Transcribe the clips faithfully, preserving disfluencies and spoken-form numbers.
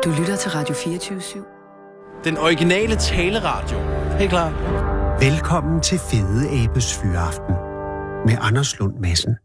Du lytter til Radio fireogtyve syv. Den originale taleradio. Helt klar. Velkommen til Fede Abes Fyraften med Anders Lund Madsen.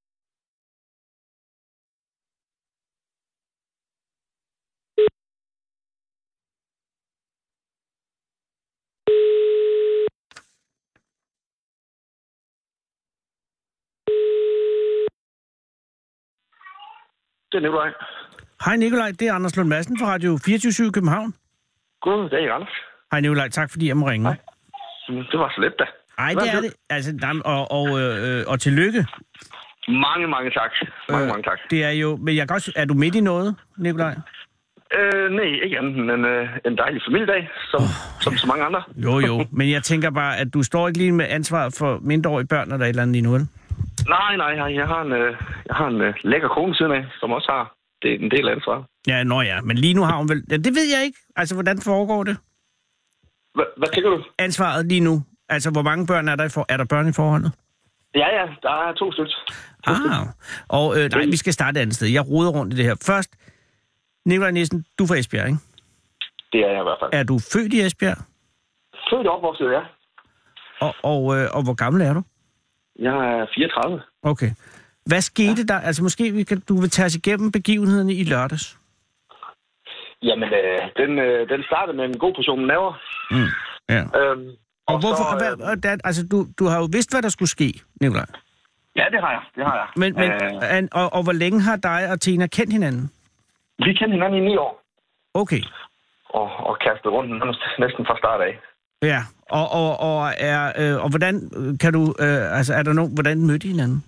Det er Nikolaj. Hej Nikolaj, det er Anders Lund Madsen fra Radio fireogtyve syv København. God dag, Anders. Hej Nikolaj, tak fordi jeg må ringe. Hej. Det var så let da. Nej, det er det. Altså, og, og, øh, og tillykke. Mange, mange tak. Mange, øh, mange tak. Det er jo, men jeg kan også, er du midt i noget, Nikolaj? Øh, nej, ikke andet end øh, en dejlig familiedag, som, oh, som ja. så mange andre. Jo, jo. Men jeg tænker bare, at du står ikke lige med ansvaret for mindreårige børn, når der er et eller andet lige nu, vel? Nej, nej, nej. Jeg har en, øh, jeg har en øh, lækker kone siden af, som også har det er en del af ansvaret. Ja, nå ja. Men lige nu har hun vel... Ja, det ved jeg ikke. Altså, hvordan foregår det? H- hvad tænker du? Ansvaret lige nu. Altså, hvor mange børn er der i for... Er der børn i forholdet? Ja, ja. Der er to stykker. Ah, og øh, nej, vi skal starte et andet sted. Jeg roder rundt i det her. Først, Nikolaj Nielsen, du er fra Esbjerg, ikke? Det er jeg i hvert fald. Er du født i Esbjerg? Født og opvokset, ja. Og, og, øh, og hvor gammel er du? Jeg er fireogtredive. Okay. Hvad skete ja. der? Altså måske vi kan, du vil tage os igennem begivenhederne i lørdags. Jamen, øh, den, øh, den startede med en god portion naver. Mm. Ja. Øhm, og, og hvorfor? så, Øh, hvad, der, altså, du, du har jo vidst, hvad der skulle ske, Nikolaj. Ja, det har jeg. Det har jeg. Men, men, øh, an, og, og hvor længe har dig og Tina kendt hinanden? Vi kendte hinanden i ni år. Okay. Og, og kastet rundt næsten fra start af. Ja, og, og, og, er, øh, og hvordan kan du, øh, altså er der nogen, hvordan mødte I hinanden?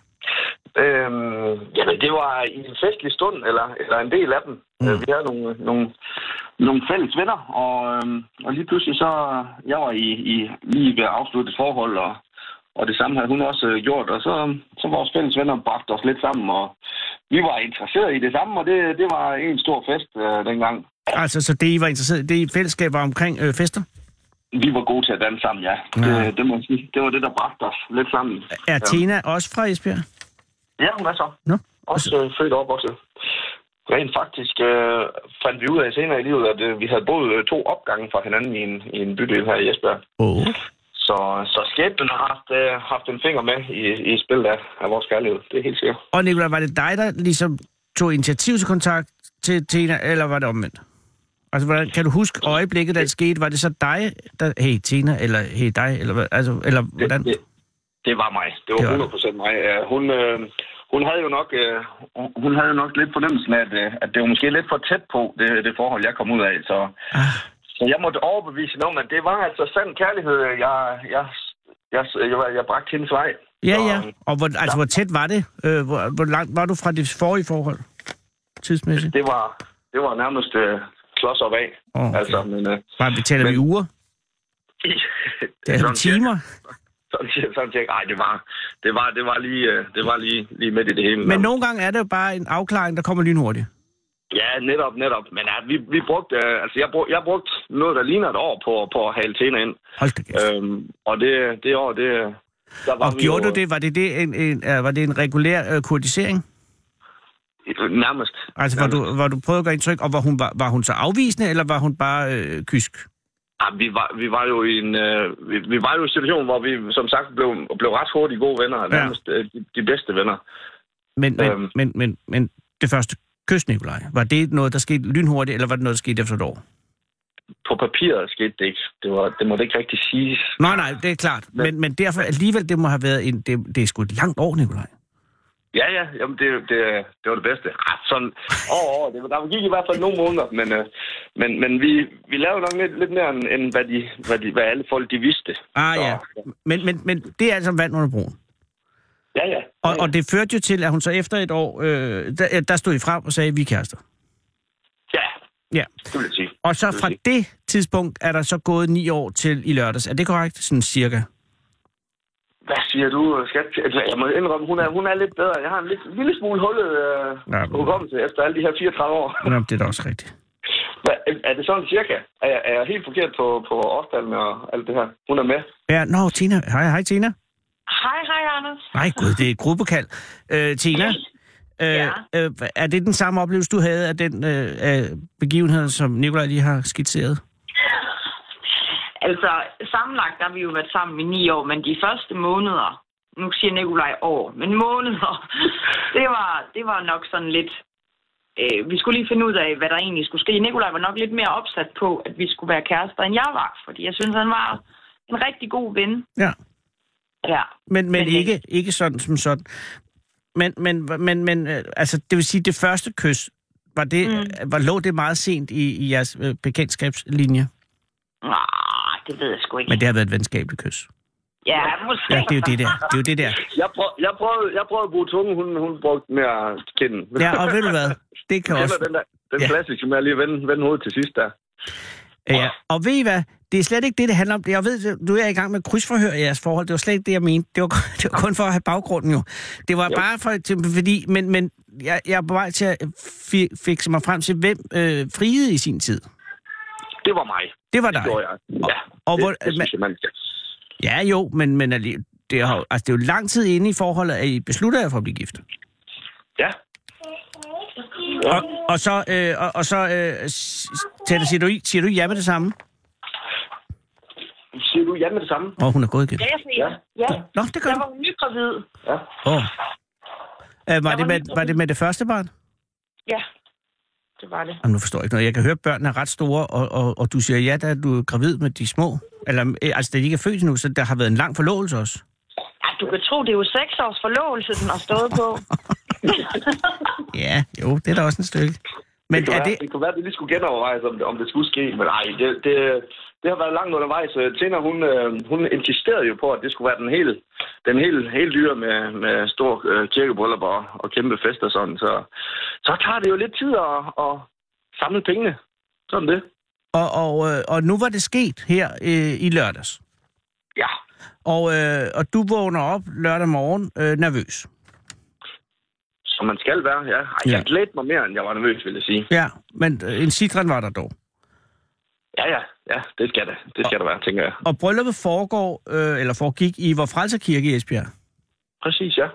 Øhm, jamen, det var i en festlig stund, eller, eller en del af dem. Mm. Vi havde nogle, nogle, nogle fælles venner, og, øhm, og lige pludselig så, jeg var i, i lige ved at afslutte et forhold, og, og det samme havde hun også øh, gjort, og så, så vores fælles venner bragte os lidt sammen, og vi var interesserede i det samme, og det, det var en stor fest øh, dengang. Altså, så det I var interesseret, det I fællesskab var omkring øh, fester? Vi var gode til at danse sammen, ja. ja. Det, det, må jeg sige. Det var det, der bragte os lidt sammen. Er ja. Tina også fra Esbjerg? Ja, hun er så. Nå? Også øh, født og opvokset. Rent faktisk øh, fandt vi ud af senere i livet, at øh, vi havde boet øh, to opgange fra hinanden i en, i en bydel her i Esbjerg. Oh. Så, så skæbnen har haft, øh, haft en finger med i, i spillet af, af vores kærlighed. Det er helt sikkert. Og Nicolaj, var det dig, der ligesom tog initiativ til kontakt til Tina, eller var det omvendt? Altså, hvordan, kan du huske øjeblikket, da det skete? Var det så dig, der... Hey, Tina, eller hey, dig, eller, altså, eller hvordan? Det, det, det var mig. Det var, det var hundrede procent mig. Uh, hun, uh, hun havde jo nok, uh, hun havde jo nok lidt fornemmelsen af, at, uh, at det var måske lidt for tæt på, det, det forhold, jeg kom ud af. Så, ah. så jeg måtte overbevise hende om, at det var altså sand kærlighed, jeg, jeg, jeg, jeg, jeg, jeg bragte hendes vej. Ja, så, ja. Og hvor, altså, hvor tæt var det? Uh, hvor, hvor langt var du fra det forrige forhold? Tidsmæssigt? Det var, det var nærmest... Uh, slås op af. Oh, okay. Altså, men, uh, Bare betaler men, vi uger? Det er timer? Sådan siger sådan jeg. Ej, det var, det var, det var lige, det var lige, lige midt i det hele. Men nærmest. Nogle gange er det jo bare en afklaring, der kommer lynhurtigt. Ja, netop, netop. Men ja, vi, vi brugte, altså jeg brugte, jeg brugte noget, der ligner et år på, på at hale Tina ind. Hold da kæft. Øhm, og det, det år, det... Der var og gjorde jo, du det? Var det, det en, en, var det en regulær uh, kurdisering? Nærmest. Altså, var du, var du prøvet at gøre indtryk, og var hun, var, var hun så afvisende, eller var hun bare øh, kysk? Ja, vi var, vi var jo i en, øh, vi, vi var jo i en situation, hvor vi, som sagt, blev, blev ret hurtigt gode venner, ja. Nærmest øh, de, de bedste venner. Men, men, øhm. men, men, men det første kys, Nikolaj, var det noget, der skete lynhurtigt, eller var det noget, der skete efter et år? På papiret skete det ikke. Det, var, det må det ikke rigtig siges. Nej, nej, det er klart. Men, men, men derfor alligevel, det må have været en, det, det er sgu et langt år, Nikolaj. Ja, ja, jamen det, det, det var det bedste. Ah, sådan over år, det, der gik i hvert fald nogle måneder, men, øh, men, men vi, vi lavede nok lidt, lidt mere, end, end hvad, de, hvad, de, hvad alle folk de vidste. Ah så, ja, men, men, men det er altså vand under broen. Ja, ja. Og, ja, ja. og det førte jo til, at hun så efter et år, øh, der, der stod I frem og sagde, vi er kærester. Ja, ja, det vil jeg sige. Og så fra det, det tidspunkt er der så gået ni år til i lørdags. Er det korrekt? Sådan cirka? Hvad siger du, skat? Altså, jeg må indrømme, hun er, hun er lidt bedre. Jeg har en lidt, lille smule hullet øh, ja, hukommelse efter alle de her fireogtredive år. Ja, det er da også rigtigt. Hvad, er det sådan cirka? Er jeg, er jeg helt forkert på, på årstallen og alt det her? Hun er med. Ja, nå, no, Tina. Hej, hej, Tina. Hej, hej, Anders. Nej, gud, det er et gruppekald. Øh, Tina, øh, Ja. øh, er det den samme oplevelse, du havde af den øh, af begivenhed, som Nikolaj lige har skitseret? Altså, sammenlagt har vi jo været sammen i ni år, men de første måneder, nu siger Nikolaj år, men måneder, det var, det var nok sådan lidt... Øh, vi skulle lige finde ud af, hvad der egentlig skulle ske. Nikolaj var nok lidt mere opsat på, at vi skulle være kærester, end jeg var, fordi jeg synes, han var en rigtig god ven. Ja. Ja. Men, men, men Men- ikke, ikke sådan som sådan. Men, men, men, men øh, altså, det vil sige, det første kys, var det, mm. var, lå det meget sent i, i jeres øh, bekendtskabslinje? Ah, det ved jeg sgu ikke. Men det har været et venskabeligt kys. Ja, måske. Ja, det er jo det der. Det er jo det der. Jeg, prøv, jeg, prøvede, jeg prøvede at bruge tungen, hun, hun brugte mere kinden. Ja, og ved du hvad? Det kan Jeg også... kender den, der, den Ja. ja. klassiske med at lige vende, vende hovedet til sidst der. Ja, og ved I hvad? Det er slet ikke det, det handler om. Jeg ved, du er i gang med krydsforhør i jeres forhold. Det var slet ikke det, jeg mente. Det var, det var kun for at have baggrunden jo. Det var jo. bare for, fordi... Men, men jeg, jeg er på vej til at fi, fikse mig frem til, hvem øh, friede i sin tid. Det var mig. Det var dig. Det gjorde jeg. Ja, og det, hvor- det synes jeg, man skal. Ja, jo, men, men alligevel- det, har, altså, det er jo lang tid inde i forholdet, at I beslutter jer for at blive gift. Ja. Og, og så, øh, og, og så øh, s- Tette, siger du, i- siger du ja med det samme? Siger du ja med det samme? Åh, oh, hun er gået igen. Ja, jeg siger. Ja. Nå, det gør Jeg du. var nygravid. Ja. Oh. Øh, var, Jeg det var med, lige- var det med det første barn? Ja, det var det. Jamen, nu forstår jeg ikke noget. Jeg kan høre, at børnene er ret store, og, og, og du siger ja, da du er gravid med de små. Eller, øh, altså, da de ikke er født endnu, så der har været en lang forlovelse også. Ja, du kan tro, det er jo seks års forlovelse, den har stået på. Ja, jo, det er da også et stykke. Men det, kunne er være, det... det kunne være, at det lige skulle genovervejes, om det, om det skulle ske. Men nej, det, det, det har været langt undervejs. Tina, hun, øh, hun insisterede jo på, at det skulle være den hele, den hele, hele dyre med, med stor øh, kirkebryllup og, og kæmpe fest og sådan. Så, så tager det jo lidt tid at, at samle pengene. Sådan det. Og, og, øh, og nu var det sket her øh, i lørdags. Ja. Og, øh, og du vågner op lørdag morgen øh, nervøs. Som man skal være, ja. Ej, jeg Ja. glædte mig mere, end jeg var nervøs, vil jeg sige. Ja, men øh, en citron var der dog. Ja, ja, ja, det skal det. Det skal der være, tænker jeg. Og brylluppet foregår, øh, eller foregik i Vor Frelser Kirke i Esbjerg. Præcis, ja.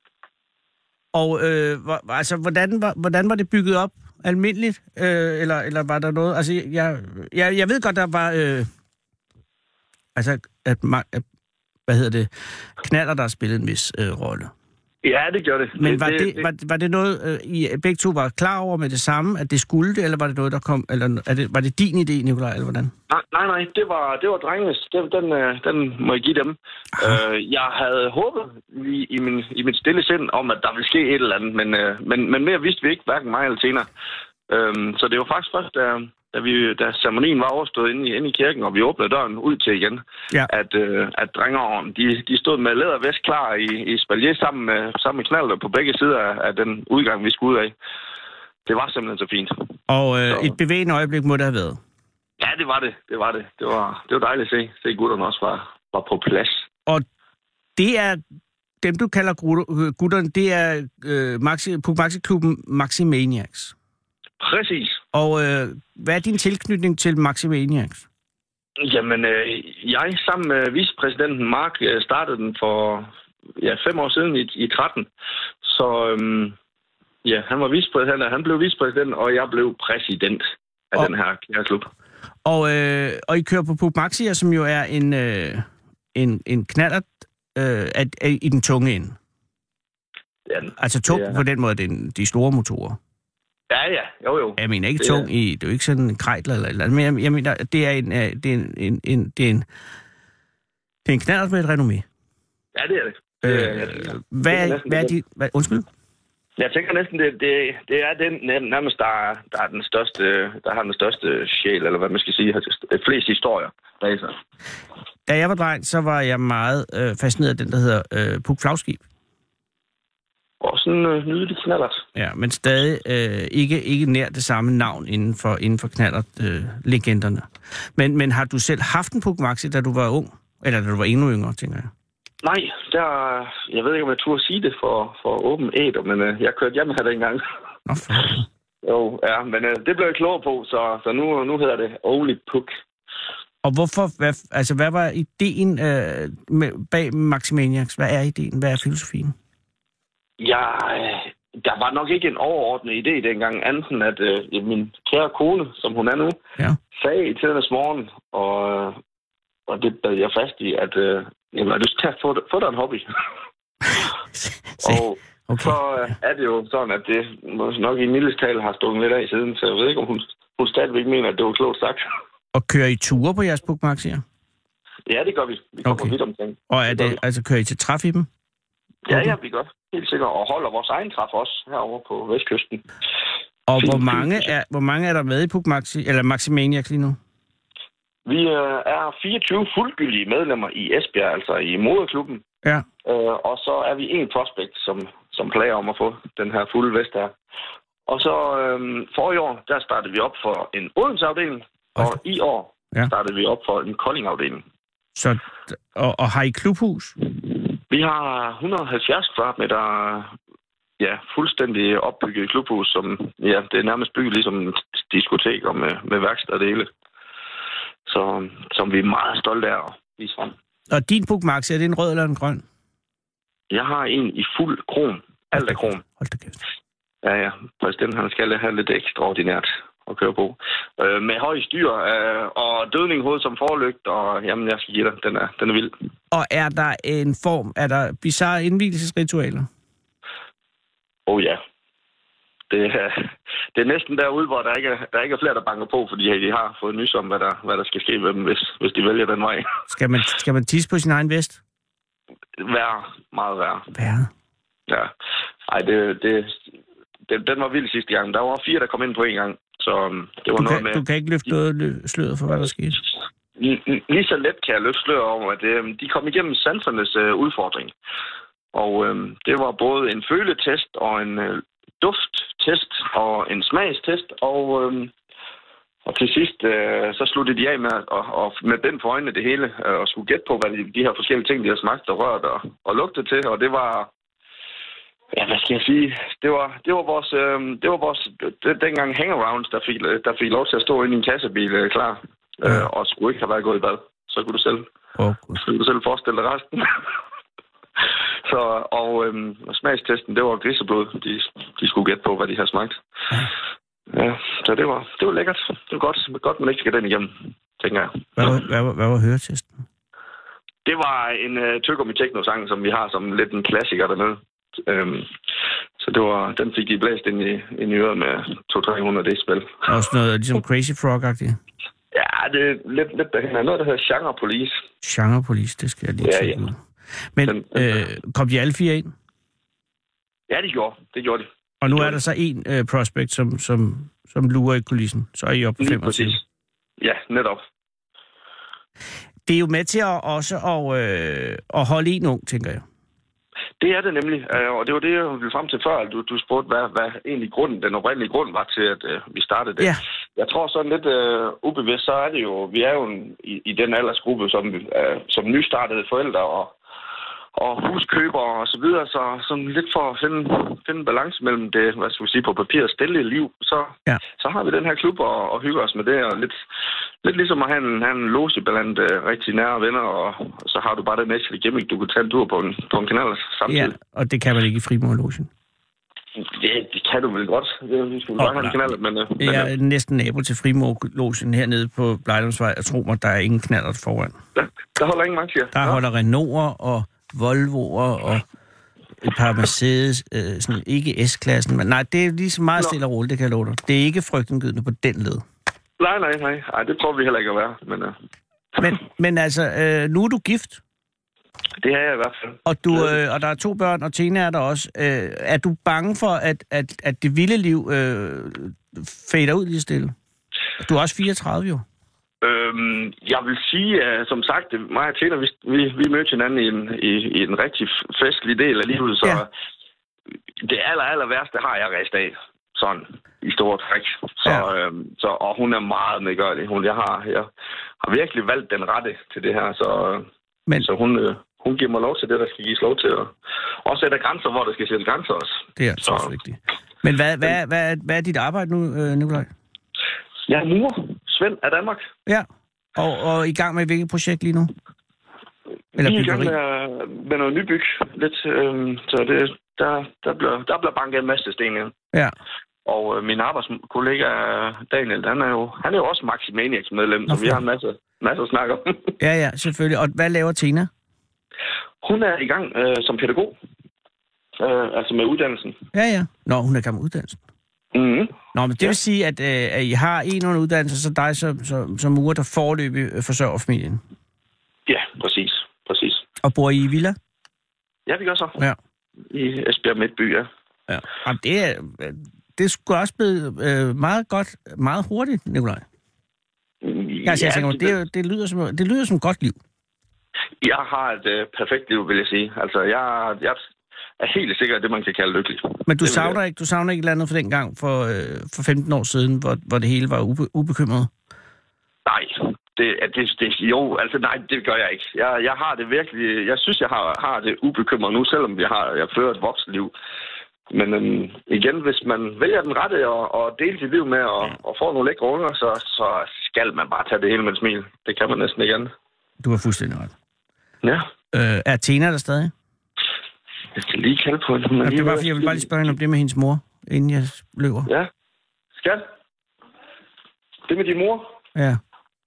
Og øh, hvor, altså, hvordan, var, hvordan var det bygget op? Almindeligt? Øh, eller, eller var der noget? Altså, jeg, jeg, jeg ved godt, der var... Øh, altså, at, ma- at, hvad hedder det? Knaller, der har spillet en vis øh, rolle. Ja, det gør det. Men var det, var, var det noget, øh, I begge to var klar over med det samme, at det skulle det, eller var det noget, der kom... Eller er det, var det din idé, Nikolaj, eller hvordan? Nej, nej, nej, det var, det var drengenes. Den, den, øh, den må jeg give dem. Øh, jeg havde håbet i, i, min, i mit stille sind om, at der ville ske et eller andet, men, øh, men, men mere vidste vi ikke, hverken mig eller Tina. Øh, så det var faktisk først, da, da, vi, da ceremonien var overstået inde i, inde i kirken, og vi åbnede døren ud til igen, Ja. at, øh, at drengeren, de, de stod med lædervest klar i, i spalier sammen med, sammen med knalder på begge sider af, af den udgang, vi skulle ud af. Det var simpelthen så fint. Og øh, Så- et bevægende øjeblik må det have været. Ja, det var det. Det var det. Det var, det var dejligt at se, se gutterne også var, var på plads. Og det er dem, du kalder gutter- gutterne, det er øh, Maxi, Puk Maxi-klubben Maximaniacs. Præcis. Og øh, hvad er din tilknytning til Maximaniacs? Jamen, øh, jeg sammen med vicepræsidenten Mark øh, startede den for ja, fem år siden i, i tretten. Så øhm, ja, han var vicepræsident, han blev vicepræsident, og jeg blev præsident af Og- den her kæreklub. Og, øh, og I kører på Puk Maxia, som jo er en, øh, en, en knallert øh, at, at, i den tunge ende. Ja, Altså tung Det er- på den måde, det er en- de store motorer. ja, ja, jo jo. Jeg mener ikke Det er- tung i, det er jo ikke sådan en krejtler eller et eller andet, men jeg, jeg mener, det er en, øh, det er en, en, en, det er en, det er en knallert med et renommé. Ja, det er det. det, er, Øh, jeg, hvad, det er er, næsten hvad er det. de... Hvad, undskyld? jeg tænker næsten, det, det, det er den nærmest, der, er- der, er den største, der har den største sjæl, eller hvad man skal sige, har flest historier bag sig. Da jeg var dreng, så var jeg meget øh, fascineret af den, der hedder øh, Puk Flagskib. Og sådan en øh, nydelig knallert. Ja, men stadig øh, ikke, ikke nær det samme navn inden for, inden for knallert-legenderne. Øh, men, men har du selv haft en Puk Maxi, da du var ung? Eller da du var endnu yngre, tænker jeg? Nej, der, jeg ved ikke, om jeg turde sige det for, for åben æder, men øh, jeg kørte hjem her dengang. Nå, for helvede. Jo, ja, men øh, det blev jeg klogere på, så, så nu, nu hedder det Only Puk. Og hvorfor, hvad, altså, hvad var ideen øh, med, bag Maximaniacs? Hvad er ideen? Hvad er filosofien? Jeg, der var nok ikke en overordnet idé dengang, anden at øh, min kære kone, som hun er nu, ja. sagde i tidernes morgen, og, og det bad jeg fast i, at øh, jeg har lyst til at få, få dig en hobby. og okay. så øh, er det jo sådan, at det nok i mildest tale har stået lidt af siden, så jeg ved ikke, om hun, hun stadigvæk mener, at det var klogt sagt. Og kører I ture på jeres Pugmaxier? Ja, det gør vi. Vi kommer okay. vidt omkring. Og er det, altså kører I til træf i dem? Ja, ja, vi gør. Helt sikkert. Og holder vores egen træf også herovre på Vestkysten. Og hvor mange er, hvor mange er der med i Pugmaxi, eller Maximaniacs lige nu? Vi øh, er fireogtyve fuldgyldige medlemmer i Esbjerg, altså i moderklubben. Ja. Øh, og så er vi en prospect, som, som plager om at få den her fulde vest her. Og så øh, forrige år, der startede vi op for en Odense-afdeling. Og i år ja. startede vi op for en Kolding-afdeling. Så, og, og har I klubhus? Vi har et hundrede og halvfjerds kvadratmeter, ja, fuldstændig opbygget klubhus, som, ja, det er nærmest bygget ligesom et diskotek og med, med værksted og det hele. Så, som vi er meget stolte af at vise frem. Og din Pugmaxi, er det en rød eller en grøn? Jeg har en i fuld kron. Alt er kron. Hold da kæft. Ja, ja. Præsidenten, han skal have lidt ekstraordinært at køre på. Øh, med høj styr øh, og dødning hoved som forlygt, og jamen, jeg skal give dig, den er, den er vild. Og er der en form, er der bizarre indvielsesritualer? Oh ja. Det er, det er næsten derude, hvor der ikke er, der ikke er flere, der banker på, fordi de har fået nys om, hvad der, hvad der skal ske med dem, hvis, hvis de vælger den vej. Skal man, skal man tisse på sin egen vest? Værre. Meget værre. Værre? Ja. Ej, det, det, det, den var vild sidste gang. Der var fire, der kom ind på en gang. Så det var du, noget kan, med, du kan ikke løfte noget sløret for, hvad der skete? Lige så let kan jeg løfte sløret om, at øh, de kom igennem sansernes øh, udfordring. Og øh, det var både en føletest og en øh, dufttest og en smagstest. Og, øh, og til sidst øh, så sluttede de af med, og, og med den for øjnene det hele, øh, og skulle gætte på, hvad de, de her forskellige ting, de har smagt og rørt og, og lugtet til. Og det var... Ja, hvad skal jeg sige? Det var, det var vores, øh, det var vores det, dengang hangarounds, der fik, der fik lov til at stå inde i en kassebil øh, klar, øh, ja. Og skulle ikke have været gået i bad. Så kunne du selv, oh, så kunne du selv forestille dig resten. så, og, øh, og smagstesten, det var griseblod. De, de skulle gætte på, hvad de havde smagt. Ja, så det var, det var lækkert. Det var godt, godt man ikke skal den igennem, tænker jeg. Hvad var, hvad var, hvad var høretesten? Det var en øh, Tøgum i Techno-sang, som vi har som lidt en klassiker dernede. Øhm, så det var, den fik de blæst ind i, ind i øret med to til tre hundrede decibel. Også noget ligesom Crazy Frog-agtigt? Ja, det er lidt, lidt derhen. Noget, der hedder Genre Police. Genre Police, det skal jeg lige ja, ja. ud. Men den, den, øh, kom de alle fire ind? Ja, det gjorde, det gjorde de. Og nu er der så en øh, prospect, som, som, som lurer i kulissen. Så er I oppe på femogtyve. Ja, netop. Det er jo med til at også at, øh, at holde en ung, tænker jeg. Det er det nemlig, og det var det, jeg ville frem til før. Du, du spurgte, hvad, hvad egentlig grunden, den oprindelige grund var til, at uh, vi startede det. Ja. Jeg tror sådan lidt uh, ubevidst, så er det jo, vi er jo en, i, i den aldersgruppe, som, uh, som nystartede forældre og, og huskøbere og så videre, så sådan lidt for at finde, finde en balance mellem det, hvad skal vi sige, på papir stille liv, så, ja. så har vi den her klub og, og hygger os med det, og lidt, lidt ligesom at have en, have en loge blandt uh, rigtig nære venner, og, og så har du bare den ekstra gimmick, du kan tage en tur på en, på en kanal samtidig. Ja, og det kan man ikke i Frimurlogen. Det, det kan du vel godt. Det, vi skulle oh, bare have en kanal, men... Uh, jeg er men, næsten nabo til Frimurlogen hernede på Blejdomsvej, og tro mig, der er ingen knaller foran. Der, der holder ingen mange, Der ja. holder Renault'er og Volvo'er og et par Mercedes, øh, sådan, ikke S-klassen, men nej, det er lige meget Nå. stille og roligt, det kan jeg love dig. Det er ikke frygtindgydende på den led. Nej, nej, nej. Ej, det prøver vi heller ikke at være, men... Uh... men, men altså, øh, nu er du gift? Det er jeg i hvert fald. Og, du, øh, og der er to børn, og Tina er der også. Øh, er du bange for, at, at, at det vilde liv øh, fader ud lige stille? Du er også fireogtredive, jo. Øhm, jeg vil sige, at som sagt, mig og Tina, vi, vi, vi mødte hinanden i en, i, i en rigtig festlig del af livet, så ja. det aller, aller værste har jeg rejst af, sådan i store træk. Så, ja. øhm, så, og hun er meget medgørlig. Hun, jeg, har, jeg har virkelig valgt den rette til det her, så, Men... så hun, øh, hun giver mig lov til det, der skal gives lov til. Og også sætter grænser, hvor der skal sættes grænser også. Det er altså også vigtigt. Men hvad, hvad, hvad, hvad er dit arbejde nu, øh, Nikolaj? Jeg er murer. Svend af Danmark. Ja, og, og i gang med hvilket projekt lige nu? Eller vi er i gang med, med noget nybyg. Lidt, øhm, så det, der, der, blev, der blev banket en masse sten ind. Ja. Og øh, min arbejdskollega Daniel, han er jo, han er jo også Maximaniacs medlem, så vi har en masse, masse at snakke om. Ja, ja, selvfølgelig. Og hvad laver Tina? Hun er i gang øh, som pædagog. Øh, altså med uddannelsen. Ja, ja. Nå, hun er i gang med uddannelsen. Mm-hmm. Nå, men det vil ja. sige, at, øh, at I har en under uddannelse, så dig som, som, som murer, der foreløbig forsørger familien. Ja, præcis. præcis. Og bor I i villa? Ja, vi gør så. Ja. I Esbjerg Midtby, ja. Ja. Jamen, det er... Det er sgu også blevet øh, meget godt, meget hurtigt, Nikolaj. Ja, altså, jeg tænker, det, det, det, lyder som, det lyder som et godt liv. Jeg har et øh, perfekt liv, vil jeg sige. Altså, jeg, jeg er helt sikker, at det, man kan kalde lykkelig. Men du det, savner ikke, du savner ikke et eller andet for den gang for, øh, for femten år siden, hvor, hvor det hele var ube, ubekymret? Nej, det, det, det, jo, altså nej, det gør jeg ikke. Jeg, jeg har det virkelig, jeg synes, jeg har, har det ubekymret nu, selvom jeg har jeg fører et voksenliv. Men øhm, igen, hvis man vælger den rette og, og deler sit liv med og, og får nogle lækre unger, så, så skal man bare tage det hele med et smil. Det kan man næsten ikke andet. Du har fuldstændig ret. Ja. Øh, er Tina der stadig? Jeg skal lige kalde på hende. Ja, det er bare, fordi jeg vil bare lige spørge hende om det med hendes mor, inden jeg løber. Ja. Skat? Det med din mor? Ja.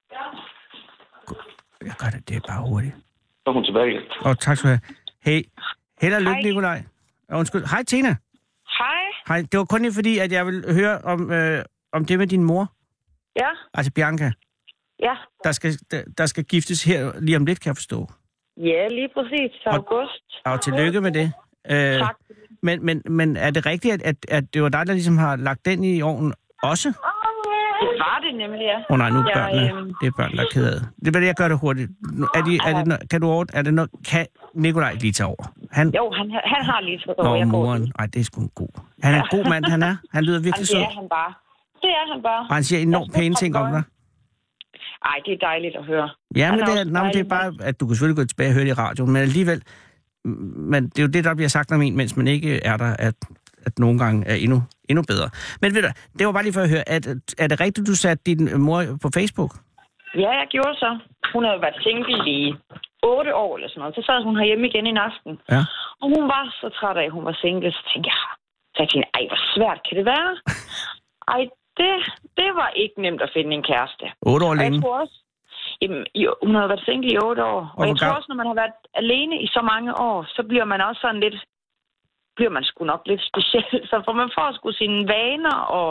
Jeg gør det, det er bare hurtigt. Så er hun tilbage. Åh, tak skal du have. Hey, held og lykke, Nikolaj. Undskyld. Hej, Tina. Hej. Hej. Det var kun lige fordi, at jeg vil høre om, øh, om det med din mor. Ja. Altså Bianca. Ja. Der skal, der, der skal giftes her lige om lidt, kan jeg forstå. Ja, lige præcis. Til august. Og, og tillykke med det. Øh, tak. Men, men, men er det rigtigt, at, at, at det var dig, der ligesom har lagt den i ovnen også? Det var det nemlig, ja. Åh oh, nej, nu er børnene. Ja, øhm... Det er børn, der er ked af det. Det er, jeg gør det hurtigt. Er, de, er det, kan du ordne? Er det noget, kan Nikolaj lige tage over? Han... Jo, han, han har lige taget over. Nå, moren. Ej, det er sgu en god. Han er en god mand, han er. Han lyder virkelig sød. Det er han bare. Det er han bare. Og han siger enormt pæne ting om dig. Ej, det er dejligt at høre. Ja, men det, er, nej, det er bare, at du kan selvfølgelig gå tilbage og høre det i radioen, men alligevel, men det er jo det, der bliver sagt om en, mens man ikke er der, at, at nogle gange er endnu, endnu bedre. Men ved du, det var bare lige for at høre, at, er det rigtigt, du satte din mor på Facebook? Ja, jeg gjorde så. Hun havde været single i otte år eller sådan noget. Så sad hun herhjemme igen en aften. Ja. Og hun var så træt af, at hun var single. Så tænkte jeg, så jeg tænkte, ej, hvor svært kan det være? Ej, det, det var ikke nemt at finde en kæreste. Otte år længe? Jeg tror også, jamen, hun har været single i otte år. Og, og jeg tror også, når man har været alene i så mange år, så bliver man også sådan lidt, bliver man sgu nok lidt speciel. Så for man får sgu sine vaner, og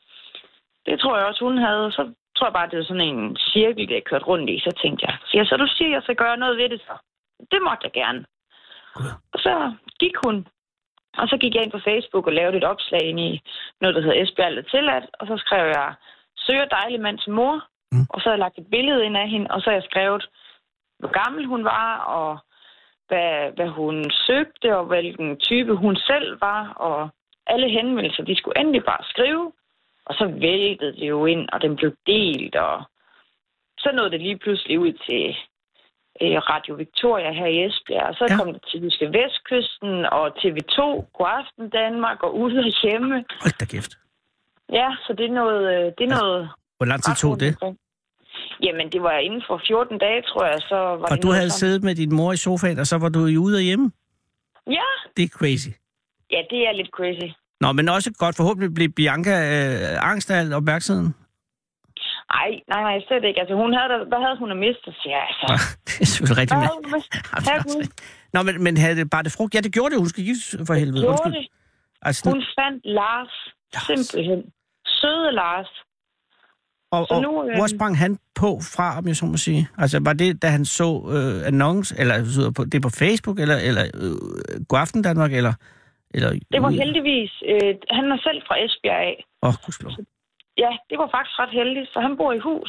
det tror jeg også, hun havde. Så tror jeg bare, det var sådan en cirkel, jeg kørte rundt i. Så tænkte jeg, ja, så du siger, at jeg skal gøre noget ved det, så det måtte jeg gerne. Ja. Og så gik hun. Og så gik jeg ind på Facebook og lavede et opslag ind i noget, der hedder Esbjerg er tilladt. Og så skrev jeg, søger dejlig mand til mor. Mm. Og så har jeg lagt et billede ind af hende. Og så har jeg skrevet, hvor gammel hun var, og hvad, hvad hun søgte, og hvilken type hun selv var. Og alle henvendelser, de skulle endelig bare skrive. Og så væltede det jo ind, og den blev delt. Og så nåede det lige pludselig ud til Radio Victoria her i Esbjerg, og så ja. kom det til Jyske Vestkysten og T V to, Godaften Danmark og Ude og Hjemme. Hold da kæft. Ja, så det er noget... Det er altså, noget hvor lang tid tog det? Jamen, det var inden for fjorten dage, tror jeg. Så var og det du havde sådan... siddet med din mor i sofaen, og så var du Ude og Hjemme? Ja. Det er crazy. Ja, det er lidt crazy. Nå, men også godt. Forhåbentlig blev Bianca øh, angst af al opmærksomheden. Nej, nej, nej, slet ikke. Altså, hun havde, hvad havde hun at miste? Så ja, altså... det er selvfølgelig rigtigt. Men... Nå, men, men havde det bare det frugt? Ja, det gjorde det. Hun skal giftes for helvede. Det gjorde det. Altså, hun fandt Lars. Lars. Simpelthen. Søde Lars. Og, og nu, øh... hvor sprang han på fra, om jeg så må sige? Altså, var det, da han så øh, annonce, eller det på Facebook, eller, eller øh, Godaften Danmark, eller... eller det var heldigvis... Øh, han er selv fra Esbjerg af. Åh, oh, gudslov. Ja, det var faktisk ret heldigt, så han bor i hus.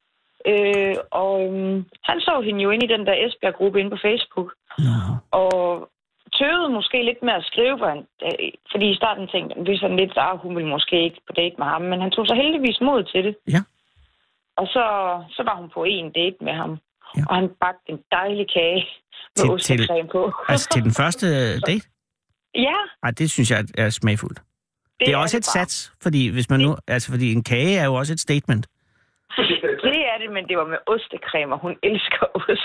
Øh, og øhm, han så hende jo ind i den der Esbjerg-gruppe inde på Facebook. No. Og tøvede måske lidt med at skrive, for han, øh, fordi i starten tænkte han, det er sådan lidt, at hun ville måske ikke på date med ham, men han tog så heldigvis mod til det. Ja. Og så, så var hun på en date med ham, ja. Og han bagte en dejlig kage med til, ostecreme på. Altså til den første date? Ja. Ej, det synes jeg er smagfuldt. Det, det er, er også det et bare. Sats, fordi hvis man nu, altså fordi en kage er jo også et statement. Det er det, men det var med ostecreme, og hun elsker ost.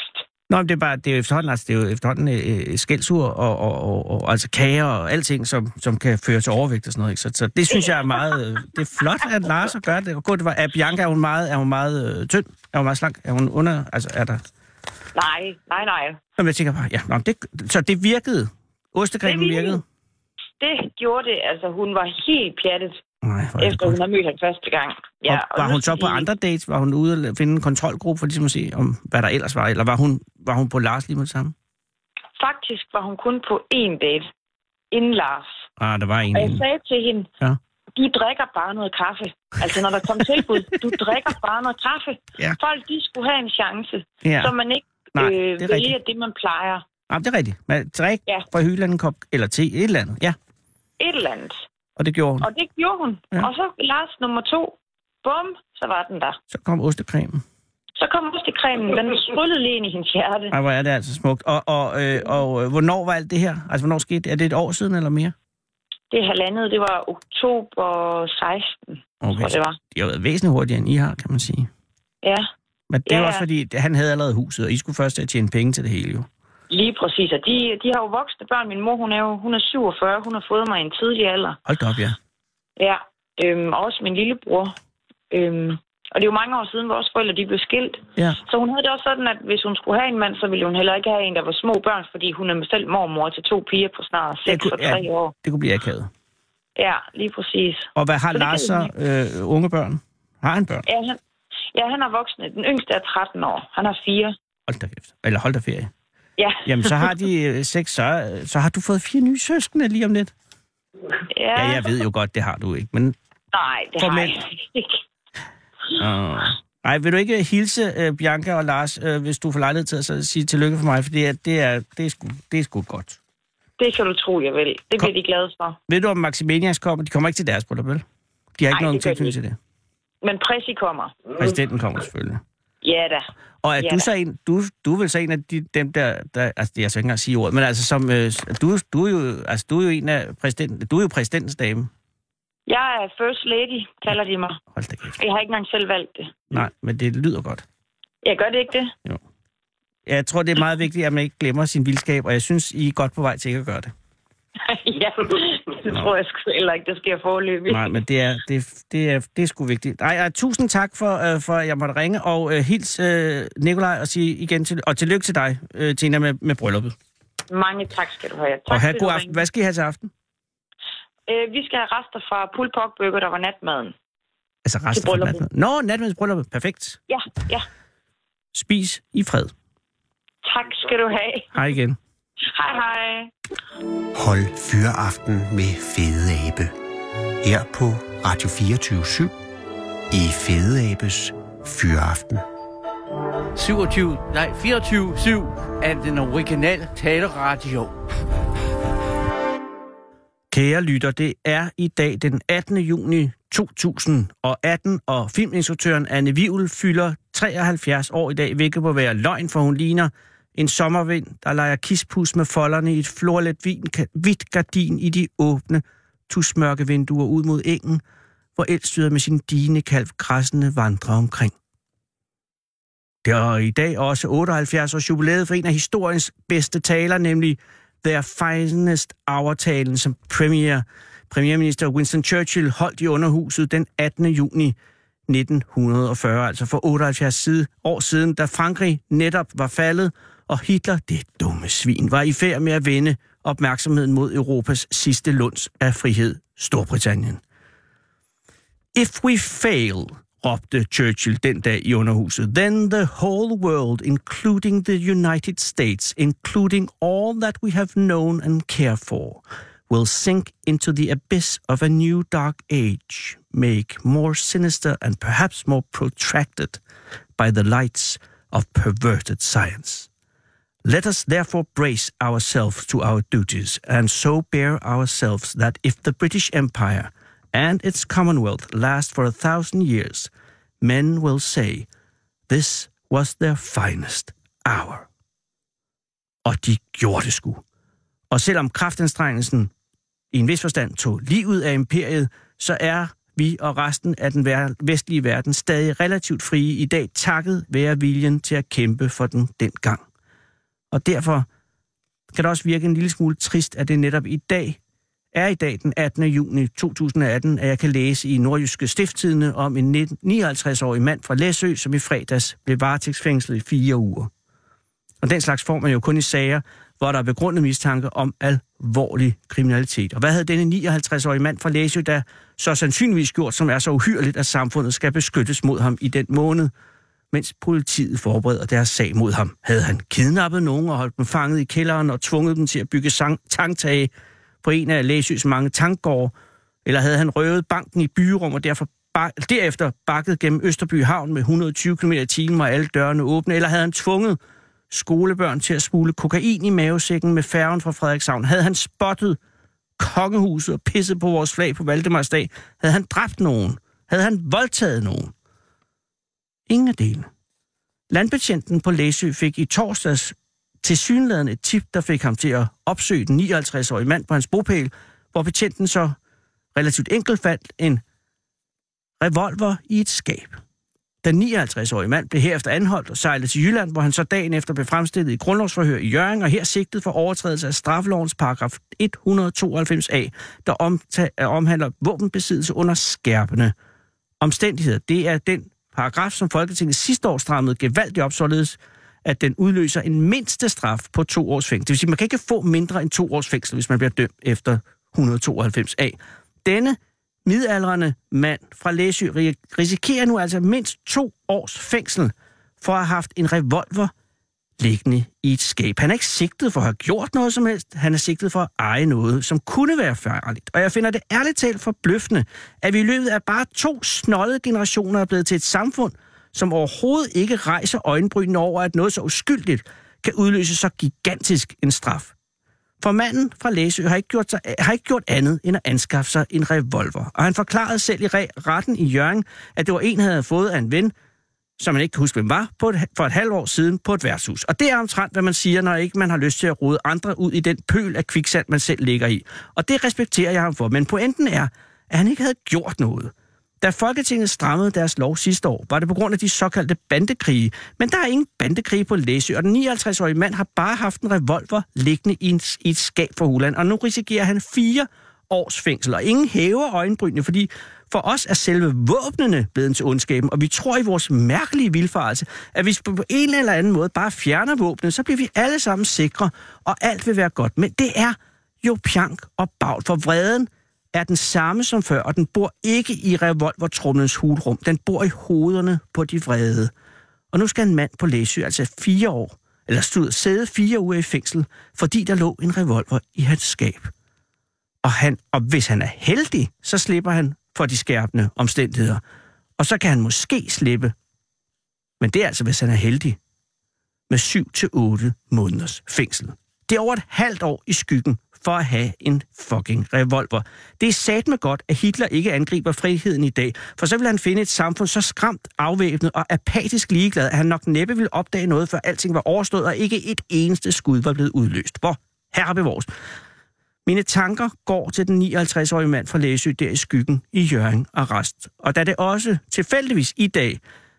Nå, men det er bare, det er jo efterhånden, altså, det er jo efterhånden øh, skældsur og, og, og, og, altså kager og alting, som, som kan føre til overvægt og sådan noget, ikke? Så, så det synes jeg er meget, øh, det er flot, at Lars gør det. Og godt, det var, er Bianca, er hun meget, er hun meget øh, tynd? Er hun meget slank? Er hun under, altså er der... Nej, nej, nej. Jamen, jeg tænker bare, ja, nå, det, så det virkede? Ostekremen virkede? Det gjorde det, altså hun var helt pjattet, Nej, efter hun har mødt ham første gang. Ja, og var og hun så på andre dates? Var hun ude at finde en kontrolgruppe for ligesom at se, om, hvad der ellers var? Eller var hun, var hun på Lars lige med det samme? Faktisk var hun kun på én date, inden Lars. Ah, der var en. Og jeg sagde til hende, ja. Du drikker bare noget kaffe. Altså, når der kom tilbud, du drikker bare noget kaffe. Ja. Folk, de skulle have en chance, ja. så man ikke Nej, øh, vælger rigtigt. Det, man plejer. Nej, det er rigtigt. Man drik ja. fra hylden en kop, eller te, et eller andet. Ja. Et eller andet. Og det gjorde hun. Og det gjorde hun. Ja. Og så Lars nummer to. Bum, så var den der. Så kom ostekremen. Så kom ostekremen. Den sprullede lige ind i hendes hjerte. Ej, hvor er det altså smukt. Og, og, øh, og øh, hvornår var alt det her? Altså, hvornår skete det? Er det et år siden eller mere? Det halvandet, det var oktober seksten, okay, tror det var. Det har været væsentligt hurtigere, end I har, kan man sige. Ja. Men det ja, var også fordi, han havde allerede huset, og I skulle først til at tjene penge til det hele, jo. Lige præcis, og de, de har jo voksne børn. Min mor, hun er jo hun er syvogfyrre, hun har fået mig i en tidlig alder. Hold da op, ja. Ja, øhm, og også min lillebror. Øhm, og det er jo mange år siden, vores forældre de blev skilt. Ja. Så hun havde det også sådan, at hvis hun skulle have en mand, så ville hun heller ikke have en, der var små børn, fordi hun er selv mormor til to piger på snart seks og tre ja, år. Det kunne blive akavet. Ja, lige præcis. Og hvad har Lars så? Øh, unge børn? Har han børn? Ja, han, ja, han er voksne. Den yngste er tretten år. Han har fire. Hold da kæft. Eller hold da ferie. Ja. Jamen, så har de øh, seks, så, så har du fået fire nye søskende lige om lidt. Ja. Ja, jeg ved jo godt, det har du ikke, men... Nej, det har jeg ikke. Uh, nej, vil du ikke hilse uh, Bianca og Lars, uh, hvis du får lejlighed til at så sige tillykke for mig, for det er, det er, det er, sgu, det er sgu godt. Det kan du tro, jeg vil. Det bliver Kom. de glade for. Ved du, om Maximilians kommer? De kommer ikke til deres bryllup, vel? De har ikke Ej, nogen tilknytning til det. Men Præsi kommer. Præsidenten kommer selvfølgelig. Ja da. Og er ja, du så en, du, du er vel så en af de, dem, der, der altså det er så ikke engang at sige ordet, men altså som, øh, du, du, er jo, altså du er jo en af præsidenten, du er jo præsidentens dame. Jeg er first lady, kalder de mig. Hold da kæft. Jeg har ikke engang selv valgt det. Nej, men det lyder godt. Jeg gør det ikke det? Jo. Jeg tror, det er meget vigtigt, at man ikke glemmer sin vildskab, og jeg synes, I er godt på vej til ikke at gøre det. Ja, det tror jeg sgu heller ikke, det sker forløbig. Nej, men det er, det, det er, det er sgu vigtigt. Ej, uh, tusind tak for, uh, for, at jeg måtte ringe, og uh, hils uh, Nikolaj og sige igen til, og tillykke til dig, uh, Tina, med, med brylluppet. Mange tak skal du have. Tak, og have god aften. Hvad skal I have til aften? Uh, vi skal have rester fra pulled pork burger, der var natmaden. Altså rester fra natmaden? Nå, natmadens brylluppet. Perfekt. Ja, ja. Spis i fred. Tak skal du have. Hej igen. Hej, hej. Hold Fyraften med Fede Abe. Her på Radio fireogtyve syv i Fede Abes Fyraften. syvogtyve, nej, fireogtyve syv er den originale taleradio. Kære lytter, det er i dag den attende juni to tusind og atten, og filminstruktøren Anne Wivel fylder treoghalvfjerds år i dag, hvilket må være løgn, for hun ligner en sommervind, der leger kispus med folderne i et florlet hvidt gardin i de åbne, tusmørke vinduer ud mod engen, hvor elstyret med sin digende kalv græssende vandrer omkring. Det er i dag også otteoghalvfjerds års jubilæet for en af historiens bedste taler, nemlig Their Finest Hour-talen, som premier, premierminister Winston Churchill holdt i Underhuset den attende juni nitten fyrre, altså for otteoghalvfjerds år siden, da Frankrig netop var faldet, og Hitler, det dumme svin, var i færd med at vende opmærksomheden mod Europas sidste lunds af frihed, Storbritannien. If we fail, råbte Churchill den dag i Underhuset, then the whole world, including the United States, including all that we have known and cared for, will sink into the abyss of a new dark age, make more sinister and perhaps more protracted by the lights of perverted science. Let us therefore brace ourselves to our duties, and so bear ourselves that if the British Empire and its Commonwealth last for a thousand years, men will say, this was their finest hour. Og de gjorde det sgu. Og selvom kraftanstrengelsen i en vis forstand tog livet af imperiet, så er vi og resten af den vestlige verden stadig relativt frie i dag, takket være viljen til at kæmpe for den dengang. Og derfor kan det også virke en lille smule trist, at det netop i dag er i dag den attende juni to tusind og atten, at jeg kan læse i Nordjyske Stiftstidende om en nioghalvtreds-årig mand fra Læsø, som i fredags blev varetægtsfængslet i fire uger. Og den slags får man jo kun i sager, hvor der er begrundet mistanke om alvorlig kriminalitet. Og hvad havde denne nioghalvtreds-årige mand fra Læsø, der så sandsynligvis gjort, som er så uhyrligt, at samfundet skal beskyttes mod ham i den måned, mens politiet forbereder deres sag mod ham? Havde han kidnappet nogen og holdt dem fanget i kælderen og tvunget dem til at bygge tanktage på en af Læsøs mange tankgårde? Eller havde han røvet banken i Byrum og derfor bak- derefter bakket gennem Østerby Havn med hundrede og tyve kilometer i timen og alle dørene åbne? Eller havde han tvunget skolebørn til at smule kokain i mavesækken med færgen fra Frederikshavn? Havde han spottet kongehuset og pisset på vores flag på Valdemarsdag? Havde han dræbt nogen? Havde han voldtaget nogen? Ingen af delene. Landbetjenten på Læsø fik i torsdags tilsyneladende et tip, der fik ham til at opsøge den nioghalvtreds-årige mand på hans bopæl, hvor betjenten så relativt enkelt fandt en revolver i et skab. Den nioghalvtreds-årige mand blev herefter anholdt og sejlet til Jylland, hvor han så dagen efter blev fremstillet i grundlovsforhør i Hjørring, og her sigtet for overtrædelse af straffelovens paragraf et hundrede og tooghalvfems a, der omta- omhandler våbenbesiddelse under skærpende omstændigheder. Det er den paragraf, som Folketinget sidste år strammede gevaldigt op, således at den udløser en mindste straf på to års fængsel. Det vil sige, at man kan ikke få mindre end to års fængsel, hvis man bliver dømt efter et hundrede og tooghalvfems a. Denne midaldrende mand fra Læsø risikerer nu altså mindst to års fængsel for at have haft en revolver liggende i et skab. Han er ikke sigtet for at have gjort noget som helst. Han er sigtet for at eje noget, som kunne være farligt. Og jeg finder det ærligt talt forbløffende, at vi i løbet af bare to snollede generationer er blevet til et samfund, som overhovedet ikke rejser øjenbrynene over, at noget så uskyldigt kan udløse så gigantisk en straf. For manden fra Læsø har ikke, gjort sig, har ikke gjort andet end at anskaffe sig en revolver. Og han forklarede selv i retten i Hjørring, at det var en, han havde fået af en ven, som man ikke kan huske, hvem var, på et, for et halvt år siden på et værtshus. Og det er omtrent, hvad man siger, når ikke man har lyst til at rode andre ud i den pøl af kviksand, man selv ligger i. Og det respekterer jeg ham for. Men pointen er, at han ikke havde gjort noget. Da Folketinget strammede deres lov sidste år, var det på grund af de såkaldte bandekrige. Men der er ingen bandekrige på Læsø, og den nioghalvtreds-årige mand har bare haft en revolver liggende i, en, i et skab for Huland, og nu risikerer han fire års fængsel. Og ingen hæver øjenbrynene, fordi for os er selve våbnene blevet til ondskaben, og vi tror i vores mærkelige vildfarelse, at hvis vi på en eller anden måde bare fjerner våbnene, så bliver vi alle sammen sikre, og alt vil være godt. Men det er jo pjank og bagl, for vreden er den samme som før, og den bor ikke i revolvertrumlens hulrum. Den bor i hovederne på de vrede. Og nu skal en mand på Læsø, altså fire år, eller stod sæde fire uger i fængsel, fordi der lå en revolver i hans skab. Og, han, og hvis han er heldig, så slipper han for de skærpende omstændigheder. Og så kan han måske slippe, men det er altså, hvis han er heldig, med syv til otte måneders fængsel. Det er over et halvt år i skyggen for at have en fucking revolver. Det er satme godt, at Hitler ikke angriber friheden i dag, for så vil han finde et samfund så skræmt, afvæbnet og apatisk ligeglad, at han nok næppe ville opdage noget, før alting var overstået, og ikke et eneste skud var blevet udløst. Hvor herre bevores. Mine tanker går til den nioghalvtreds-årige mand fra Læsø der i skyggen i Hjørring arrest. Og da det også tilfældigvis i dag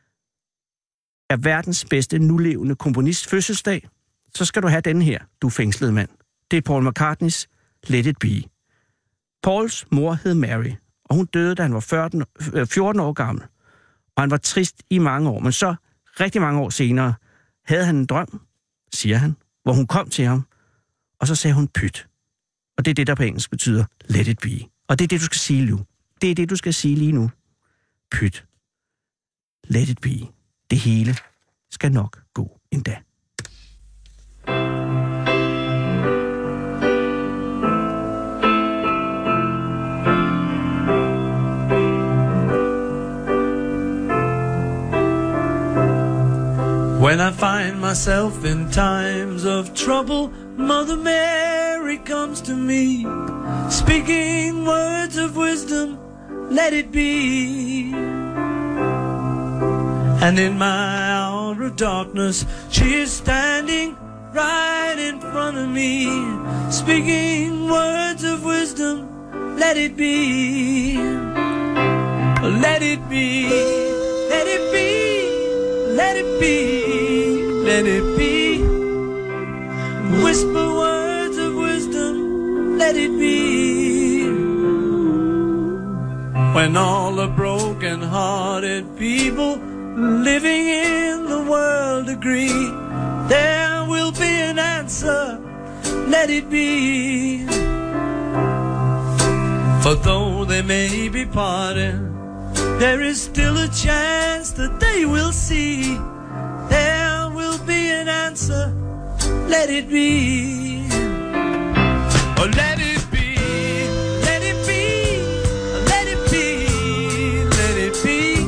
er verdens bedste nulevende komponist fødselsdag, så skal du have denne her, du fængslede mand. Det er Paul McCartneys Let It Be. Pauls mor hed Mary, og hun døde, da han var fjorten år gammel. Og han var trist i mange år, men så rigtig mange år senere havde han en drøm, siger han, hvor hun kom til ham, og så sagde hun pyt. Og det er det, der på engelsk betyder let it be. Og det er det, du skal sige nu. Det er det, du skal sige lige nu. Pyt. Let it be. Det hele skal nok gå endda. When I find myself in times of trouble, Mother Mary comes to me, speaking words of wisdom, let it be. And in my hour of darkness, she is standing right in front of me, speaking words of wisdom, let it be. Let it be, let it be, let it be, let it be. Whisper words of wisdom, let it be. When all the broken-hearted people living in the world agree, there will be an answer, let it be. For though they may be parted, there is still a chance that they will see. There will be an answer, let it be. Oh, let it be, let it be, let it be, let it be.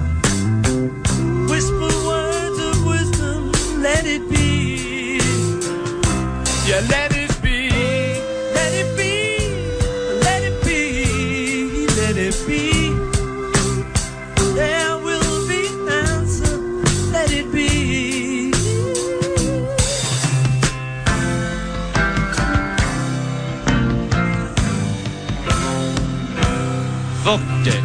Whisper words of wisdom, let it be. Yeah, let it be, let it be, let it be, let it be. There will be an answer, let it be. Fuck det.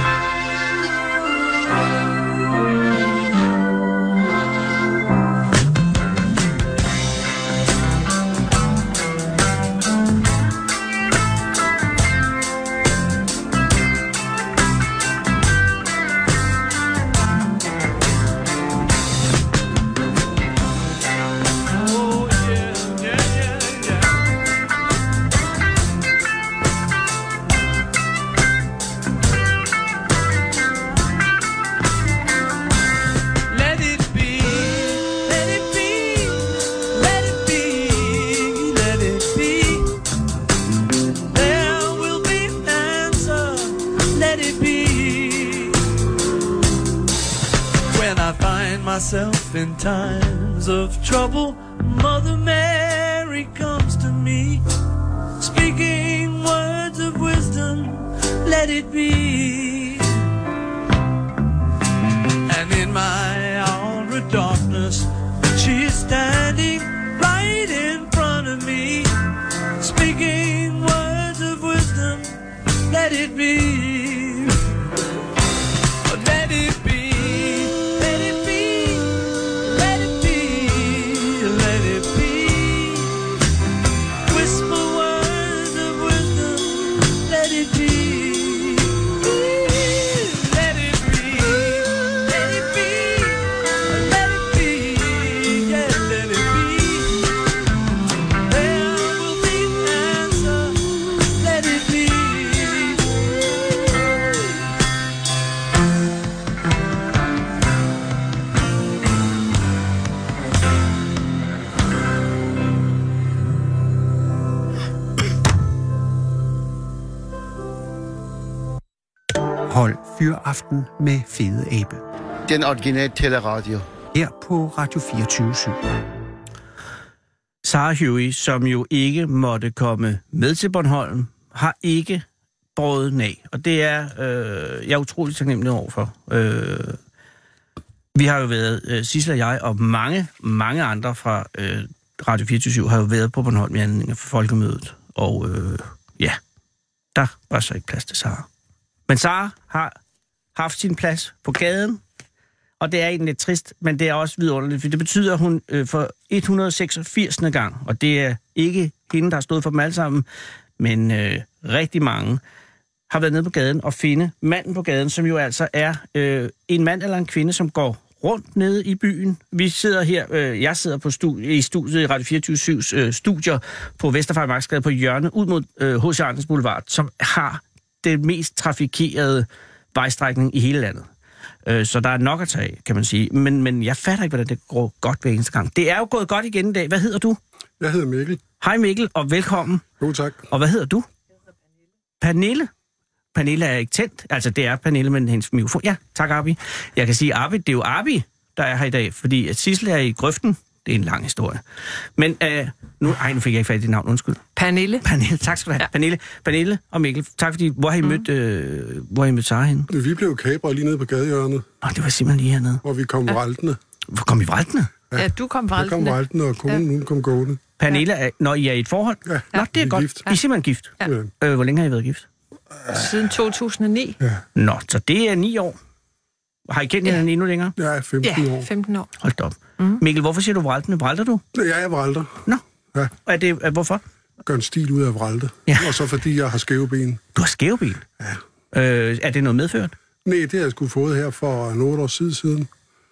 Myself in times of trouble, Mother Mary comes to me, speaking words of wisdom, let it be. And in my hour of darkness, she is standing right in front of me, speaking words of wisdom, let it be. Let it be. Hold Fyraften med Fede Abe. Den originale teleradio. Her på Radio fireogtyve syv. Sarah Huey, som jo ikke måtte komme med til Bornholm, har ikke båret den af. Og det er øh, jeg er utroligt taknemmelig overfor. Øh, vi har jo været, øh, Sissel og jeg, og mange, mange andre fra øh, Radio fireogtyve syv har jo været på Bornholm i anledning for folkemødet. Og øh, ja, der var så ikke plads til Sarah. Men Sarah har haft sin plads på gaden, og det er egentlig lidt trist, men det er også vidunderligt, for det betyder, at hun øh, for et hundrede og seksogfirsende gang, og det er ikke hende, der har stået for dem alle sammen, men øh, rigtig mange, har været nede på gaden og finde manden på gaden, som jo altså er øh, en mand eller en kvinde, som går rundt nede i byen. Vi sidder her, øh, jeg sidder på stu- i studiet i Radio fireogtyve syvs øh, studier på Vesterfejmarksgade på hjørnet, ud mod øh, H C. Andersens Boulevard, som har det mest trafikerede vejstrækning i hele landet. Øh, så der er nok at tage af, kan man sige. Men, men jeg fatter ikke, hvordan det går godt hver eneste gang. Det er jo gået godt igen i dag. Hvad hedder du? Jeg hedder Mikkel. Hej Mikkel, og velkommen. Jo, tak. Og hvad hedder du? Pernille. Pernille er ikke tændt. Altså, det er Pernille med hendes mikrofon. Ja, tak Arbi. Jeg kan sige Arbi, det er jo Arbi, der er her i dag, fordi at Sissel er i grøften. Det er en lang historie. Men øh, nu, ej, nu fik jeg ikke fat i dit navn, undskyld. Pernille. Pernille, tak skal du have. Ja. Pernille, Pernille og Mikkel, tak fordi, hvor har I mødt, mm. øh, hvor har I mødt Sarah henne? Vi blev kabret lige nede på gadehjørnet. Åh, det var simpelthen lige hernede. Hvor vi kom ja. vraltende. Hvor kom I vraltende? Ja, ja du kom vraltende. Jeg kom vraltende, og konen, ja. hun kom gående. Pernille, er, når I er i et forhold? Ja. Nå, det er godt. Gift. I er simpelthen gift? Ja. Øh, hvor længe har I været gift? Siden to tusind og ni. Ja. Nå, så det er ni år. Har I kendt hinanden ja. endnu længere? Ja, femten ja, år. femten år. Hold da op. Mm. Mikkel, hvorfor siger du vraltende? Vralter du? Ja, jeg vralter. Nå. Ja. Og er det, hvorfor? Gør en stil ud af Vralte. Ja. Og så fordi jeg har skæve ben. Du har skæve ben? Ja. Øh, er det noget medført? Nej, det har jeg sgu fået her for nogle år siden.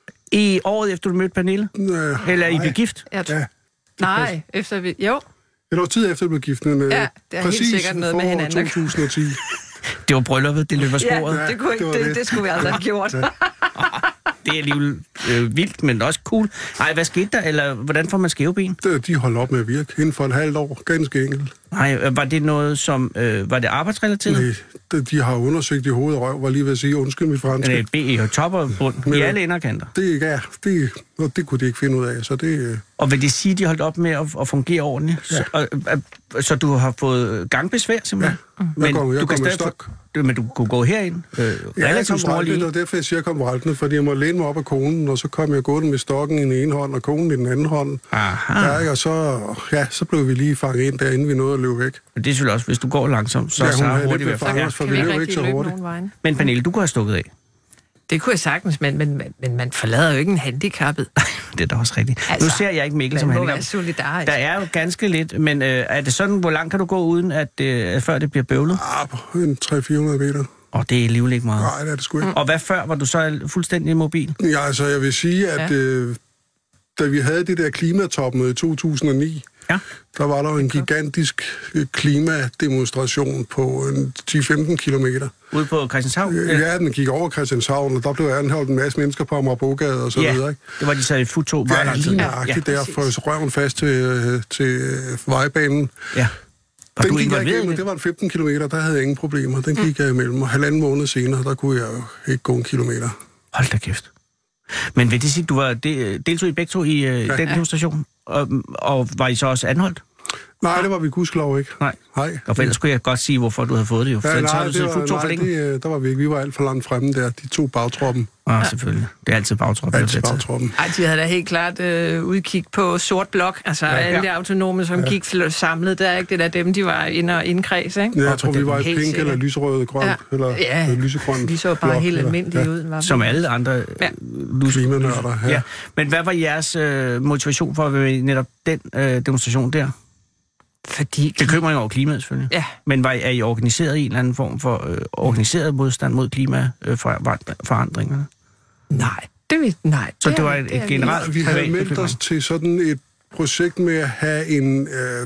I året efter du mødte Pernille? Øh, Eller I blev gift? Jeg tror... Ja. Nej, efter vi... Jo. Et år tid efter, jeg blev gift. Men, Ja, det er helt sikkert noget med hinanden. to tusind og ti. Det var brylluppet, det løber sporet. Ja, det, kunne ikke, det det, var det. det. det skulle vi aldrig have gjort. Ja. Det er alligevel øh, vildt, men også cool. Ej, hvad skete der? Eller hvordan får man skæve ben? De holdt op med at virke inden for et halvt år. Ganske enkelt. Nej, var det noget som... Øh, var det arbejdsrelateret? Nej, de, de har undersøgt i hovedet og røv, var lige ved at sige, undskyld mit franske. Øh, B E top og bund. I alle enderkanter. Det, ja, det, det kunne de ikke finde ud af, så det... Og vil det sige, at de holdt op med at, at fungere ordentligt? Ja. Så, og, og, så du har fået gangbesvær, simpelthen? Ja. Men jeg kom, jeg du kan kom stadig få, du, men du kunne gå herind øh, ja, relativt jeg snorlig. Det var derfor, jeg siger, jeg kom vraltende, fordi jeg må læne mig op af konen, og så kom jeg gående med stokken i den ene hånd, og konen i den anden hånd. Aha. Ja, og så, ja, så blev vi lige fanget ind, der inden vi nåede at løbe væk. Men det er selvfølgelig også, hvis du går langsomt, så, Ja, så hun havde hurtigt lidt ved at ved os, for Kan vi vi løb ikke ikke så rigtig løbe hurtigt. nogen vegne? Men Pernille, du kunne have stukket af. Det kunne jeg sagtens, men, men, men, men man forlader jo ikke en handicappet. Det er da også rigtigt. Altså, Nu ser jeg ikke Mikkel som Man må handicap. være solidarisk. Der er jo ganske lidt, men øh, er det sådan, hvor langt kan du gå, uden at øh, før det bliver bøvlet? Ah, på en tre til fire hundrede meter. Og det er alligevel ikke meget. Nej, det er det sgu ikke. Og hvad før? Var du så fuldstændig mobil? Ja, altså, jeg vil sige, at Ja. øh, da vi havde det der klimatopmøde i to tusind og ni, Ja. der var der jo en gigantisk øh, klimademonstration på en ti til femten kilometer. Ude på Christianshavn? Øh, Ja, den gik over Christianshavn, og der blev anholdt en masse mennesker på Amagerbrogade og så videre, ikke? det var de så i futtog meget Ja, lang tid. lige nøjagtigt der, for røven fast til, øh, til øh, vejbanen. Ja. Var Den du gik jeg involveret i igennem, det? det var en femten kilometer, der havde jeg ingen problemer. Den gik jeg imellem, og halvanden måned senere, der kunne jeg jo ikke gå en kilometer. Hold da kæft. Men vil det sige, du var de, deltog I begge to i øh, Ja. den demonstration? Og, og var I så også anholdt? Nej, det var vi gudskelov ikke. Nej. Nej. Og for ellers skulle jeg godt sige, hvorfor du havde fået det jo. For Ja, ellers har nej, du det siddet var, futtog for nej længe. det, øh, der var vi ikke. Vi var alt for langt fremme der, de to bagtroppen. Ah, selvfølgelig. Det er altid bagtroppen. Altid bagtroppen. Ej, de havde da helt klart øh, udkig på sort blok. Altså, ja, alle de autonome, som ja. gik samlet, der er ikke det der dem, de var inde og indkreds, ikke? Ja, jeg tror, vi var i Helt pink sikkert. eller lyserød grøn, Ja. eller Ja. øh, lysegrøn. De så bare blok, helt eller- almindelige ja. ud. Var Som alle andre Ja. ja. Klimanørder, ja. ja. Men hvad var jeres øh, motivation for at være med i netop den øh, demonstration der? Fordi... Bekymring over klimaet, selvfølgelig. Ja. Men var I, er I organiseret i en eller anden form for øh, organiseret modstand mod klimaforandringerne? Nej, det vil... Nej. Så det det er- var et, det er et vi- generelt Vi havde privat meldt bekymring? os til sådan et projekt med at have en, øh,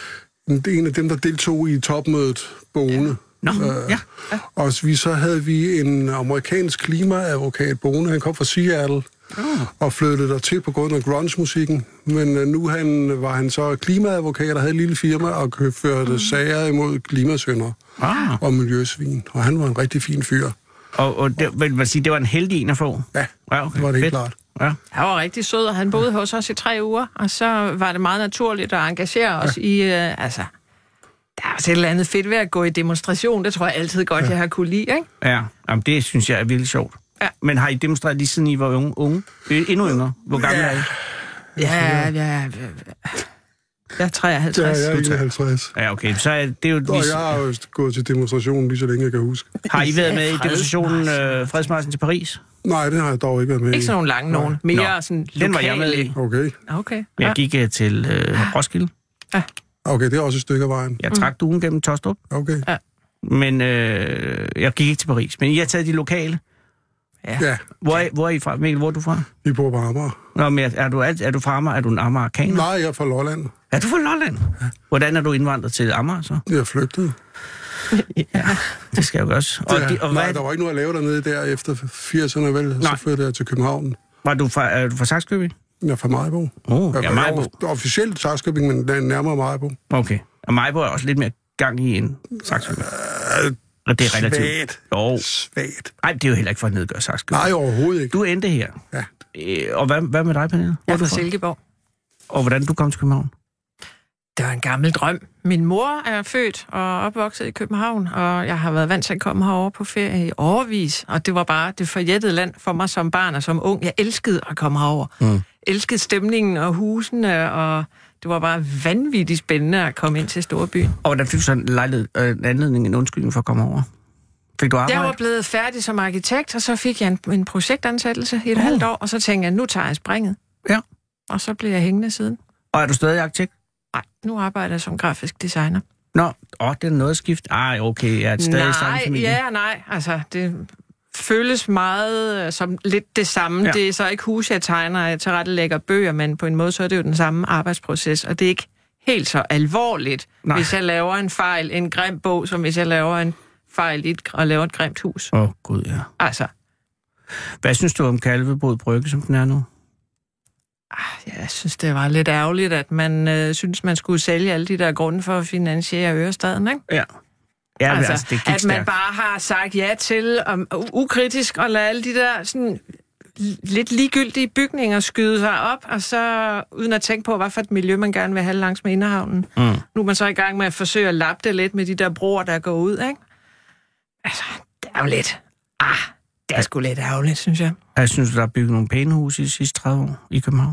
en, en af dem, der deltog i topmødet, boende. Nå, ja. Og vi, så havde vi en amerikansk klimaadvokat boende. Han kom fra Seattle Oh. og flyttede der til på grund af grunge-musikken. Men øh, nu han, var han så klimaadvokat og havde et lille firma og kø- førte mm. sager imod klimasyndere Ah. og miljøsvin. Og han var en rigtig fin fyr. Og, og det, vil man sige, det var en heldig en at få? Ja, Ja, okay. det var det helt Fedt. klart. Ja. Han var rigtig sød, og han boede hos os i tre uger, og så var det meget naturligt at engagere os ja. i... Øh, altså, der er også et eller andet fedt ved at gå i demonstration. Det tror jeg altid godt, ja. jeg har kunne lide, ikke? Ja, jamen, det synes jeg er virkelig sjovt. Ja. Men har I demonstreret lige siden I var unge? unge? Endnu yngre? Hvor gamle Ja. er I? Ja, ja, ja. Jeg er treoghalvtreds. Ja, jeg er enoghalvtreds. Ja, okay. Så er det jo... Og Lige... jeg har jo gået til demonstrationen lige så længe, jeg kan huske. Har I været Ja, med i demonstrationen fredsmarchen. øh, Fredsmarchen til Paris? Nej, det har jeg dog ikke været med Ikke sådan nogle lange nogen. Mere Nå, sådan lokale. den var jeg med i. Okay. Okay. Jeg gik øh, til øh, Roskilde. Okay, det er også et stykke af vejen. Jeg trak duen gennem Tostrup. Okay. Men øh, jeg gik ikke til Paris. Men I har taget de lokale. Ja. Ja, Hvor er, hvor er I fra? Mikkel, hvor er du fra? vi bor på Amager. Nå, men er du, alt, er du fra Amager? Er du en Amagerkaner? Nej, jeg er fra Lolland. Er du fra Lolland? Hvordan er du indvandret til Amager så? Jeg er flygtet. Ja, det skal jeg jo også. Og, Ja, de, og nej, hvad, der var ikke noget at lave dernede der efter firserne, vel? Så Nej. flyttede jeg til København. var du fra, er du fra Saxkøbing? Jeg er fra Majbo. Åh, Jeg ja, er Majbo. jo officielt Saxkøbing, men den er nærmere Majbo. Okay. Og Majbo er også lidt mere gang i en Saxkøbing. Og det er relativt. Svagt. Jo. Svagt. Nej, det er jo heller ikke for at nedgøre Saxkøbing. Nej, overhovedet ikke. Du endte her. Ja. Øh, og hvad, hvad med dig, Pernille? Jeg er Hvor fra du Silkeborg. Og hvordan du kom til København? Det var en gammel drøm. Min mor er født og opvokset i København, og jeg har været vant til at komme herover på ferie i årevis, og det var bare det forjættede land for mig som barn og som ung. Jeg elskede at komme herover. Mm. Elskede stemningen og husene, og det var bare vanvittigt spændende at komme ind til storbyen. Og hvordan fik du så en lejlighed, øh, en anledning, en undskyldning for at komme over? Fik du arbejde? Jeg var blevet færdig som arkitekt, og så fik jeg en, en projektansættelse i et oh. halvt år, og så tænkte jeg, nu tager jeg springet. Ja. Og så blev jeg hængende siden. Og er du stadig arkitekt? Nej, nu arbejder jeg som grafisk designer. Nå, åh, det er noget skift. Ej, okay, jeg er stadig nej, i samme familie. Ja, nej, altså, det føles meget øh, som lidt det samme. Ja. Det er så ikke hus, jeg tegner, jeg tilrettelægger bøger, men på en måde, så er det jo den samme arbejdsproces, og det er ikke helt så alvorligt, nej. Hvis jeg laver en fejl, en grim bog, som hvis jeg laver en fejl i et, og laver et grimt hus. Åh, oh, gud, ja. Altså. Hvad synes du om Kalvebod Brygge, som den er nu? Jeg synes, det var lidt ærgerligt, at man øh, synes, man skulle sælge alle de der grunde for at finansiere Ørestaden, ikke? Ja. Ja, altså, altså, det at man stærkt. bare har sagt ja til, um, ukritisk, at lade alle de der sådan, lidt ligegyldige bygninger skyde sig op, og så uden at tænke på, hvad for et miljø man gerne vil have langs med Inderhavnen. Mm. Nu er man så i gang med at forsøge at lappe det lidt med de der broer, der går ud, ikke? Altså, det er jo lidt... Ah, det er sgu lidt ærgerligt, synes jeg. Jeg synes, der er bygget nogle pæne huse i de sidste tredive år i København.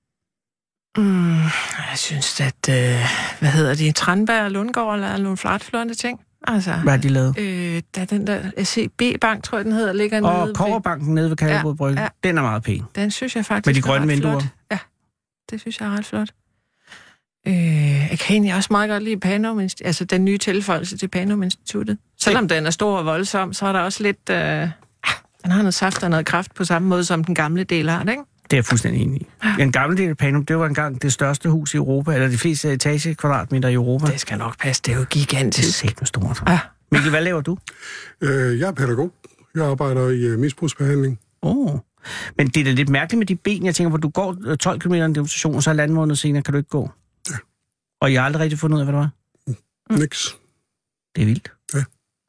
Mm, jeg synes, at... Øh, hvad hedder de? Tranberg og Lundgaard lavede nogle flatflående ting. Altså, hvad har de lavet? Øh, der den der S E B-bank, tror jeg, den hedder, ligger nede... Og Kobberbanken nede ved Kalvebod Brygge. Ja, ja. Den er meget pæn. Den synes jeg faktisk med de grønne vinduer. Flot. Ja, det synes jeg er ret flot. Øh, jeg kan egentlig også meget godt lide Panum, altså den nye tilføjelse til Panum-instituttet. Selvom den er stor og voldsom, så er der også lidt... Øh, den har noget saft og noget kraft på samme måde, som den gamle del har, ikke? Det er jeg fuldstændig enig i. Den gamle del af Panum, det var engang det største hus i Europa, eller de fleste etage kvadratmeter i Europa. Det skal nok passe, det er jo gigantisk. Det er sæt stort. Ja. Mikkel, hvad laver du? Øh, jeg er pædagog. Jeg arbejder i uh, misbrugsbehandling. Åh. Oh. Men det er da lidt mærkeligt med de ben. Jeg tænker på, at du går tolv kilometer en demonstration, og så halvanden måned senere kan du ikke gå. Ja. Og jeg har aldrig rigtig fundet ud af, hvad det var? Mm. Niks. Det er vildt. Ja.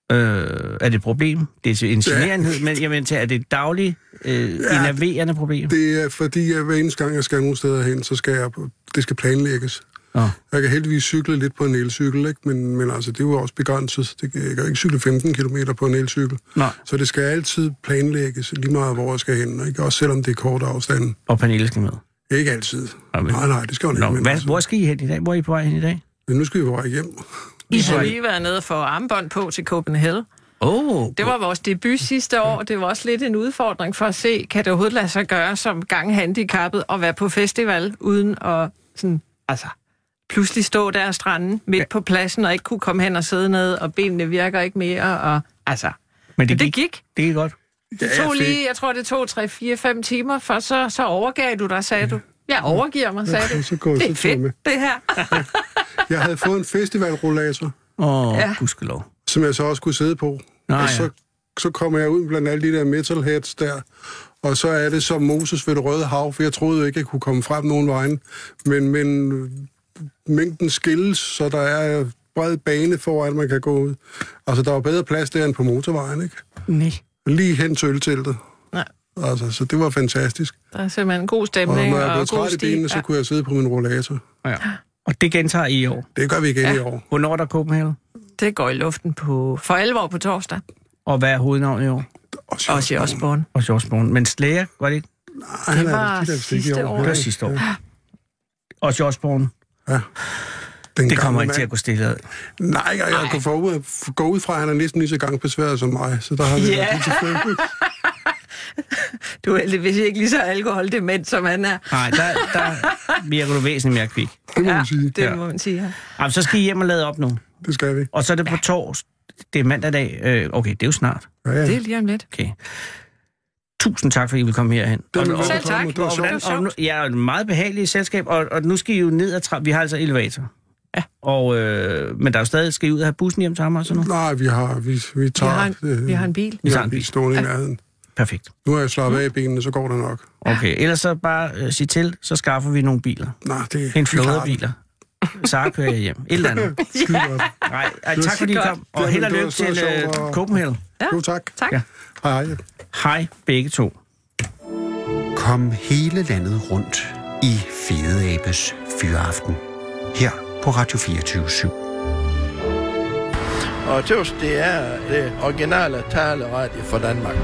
Øh, er det et problem? Det er en generenhed, ja. Men jeg mener, er det et dagligt, øh, ja, enerverende problem? Det er fordi, at hver eneste gang, jeg skal nogle steder hen, så skal jeg, det skal planlægges. Oh. Jeg kan heldigvis cykle lidt på en elcykel, ikke? Men, men altså, det er jo også begrænset. Det, jeg kan ikke cykle femten kilometer på en elcykel. Nej. Så det skal altid planlægges lige meget, hvor jeg skal hen. Ikke? Også selvom det er kort afstand. Og Pernille skal med? Ikke altid. Okay. Nej, nej, det skal hun ikke med. Hvad, altså. Hvor skal I hen i dag? Hvor er I på vej hen i dag? Men nu skal vi på vej hjem. I har lige været nede for armbånd på til Copenhagen. Oh, det var vores debut sidste år. Det var også lidt en udfordring for at se, kan det overhovedet lade sig gøre som ganghandicappet og være på festival uden at sådan, altså, pludselig stå der af stranden midt ja. på pladsen og ikke kunne komme hen og sidde ned, og benene virker ikke mere. Og, altså, men det, det gik. gik. Det gik godt. Det tog lige, jeg tror, det tog tre, fire, fem timer, for så, så overgav du dig, sagde du. Jeg overgiver mig, sagde ja, du. Så går det er fedt, med. det her. Jeg havde fået en festivalrollator. Åh, oh, ja. gudskelov. Som jeg så også kunne sidde på. Nå, og så, ja. så kommer jeg ud blandt alle de der metalheads der. Og så er det som Moses ved det Røde Hav, for jeg troede ikke, jeg kunne komme frem nogen vejen. Men, men mængden skilles, så der er bred bane for, at man kan gå ud. Altså, der var bedre plads der end på motorvejen, ikke? Nej. Lige hen til ølteltet. Nej. Altså, så det var fantastisk. Der er simpelthen en god stemning og, og, og og god stil. Og når jeg blev træt i benene, ja. så kunne jeg sidde på min rollator. Ja. Og det gentager I i år? Det gør vi igen ja. i år. Hvornår er der Copenhagen? Det går i luften på for alvor på torsdag. Og hvad er hovednavnet i år? Ozzy Osbourne. Ozzy Osbourne. Men Slayer, var det ikke? Nej, det var det sidste år. Det var sidste år. Ja. Ozzy Osbourne. Ja. Den det kommer ikke mand. til at gå stille af. Nej, jeg, jeg Nej. kunne få ud, gå ud fra, at han er næsten lige så gangbesværet som mig. Så der har vi yeah. været Du er heldigvis ikke lige så alkoholdement, som han er. Nej, der, der virker du væsentligt mere kvik. Det må ja, man sige. det ja. må man sige, ja. Jamen, så skal I hjem og lade op nu. Det skal vi. Og så er det på torsdag. Det er mandag dag. Øh, okay, det er jo snart. Ja, ja. Det er lige om lidt. Okay. Tusind tak, fordi I vil komme herhen. Det og, og, selv tak. Det var og, og, og, ja, et meget behageligt selskab, og, og nu skal I jo ned ad trappen. Vi har altså elevator. Ja. Og, øh, men der er jo stadig, skal I ud og have bussen hjem til ham og sådan noget? Nej, vi har, vi, vi tager... Vi har en, øh, vi har en bil. Vi har en bil stående ja. i nærheden. Perfekt. Nu har jeg slappet af i benene, så går det nok. Okay, ellers så bare øh, sig til, så skaffer vi nogle biler. Nej, det en flåde af biler. Så kører jeg hjem. Et eller andet. ja. Nej, ej, tak fordi I kom. Og held og lykke til uh, Copenhagen. Ja. Jo, tak. Tak. Ja. Hej, hej. Hej begge to. Kom hele landet rundt i Fede Abes Fyraften. Her på Radio fireogtyve syv. Og tøvs, det er det originale taleradio for Danmark.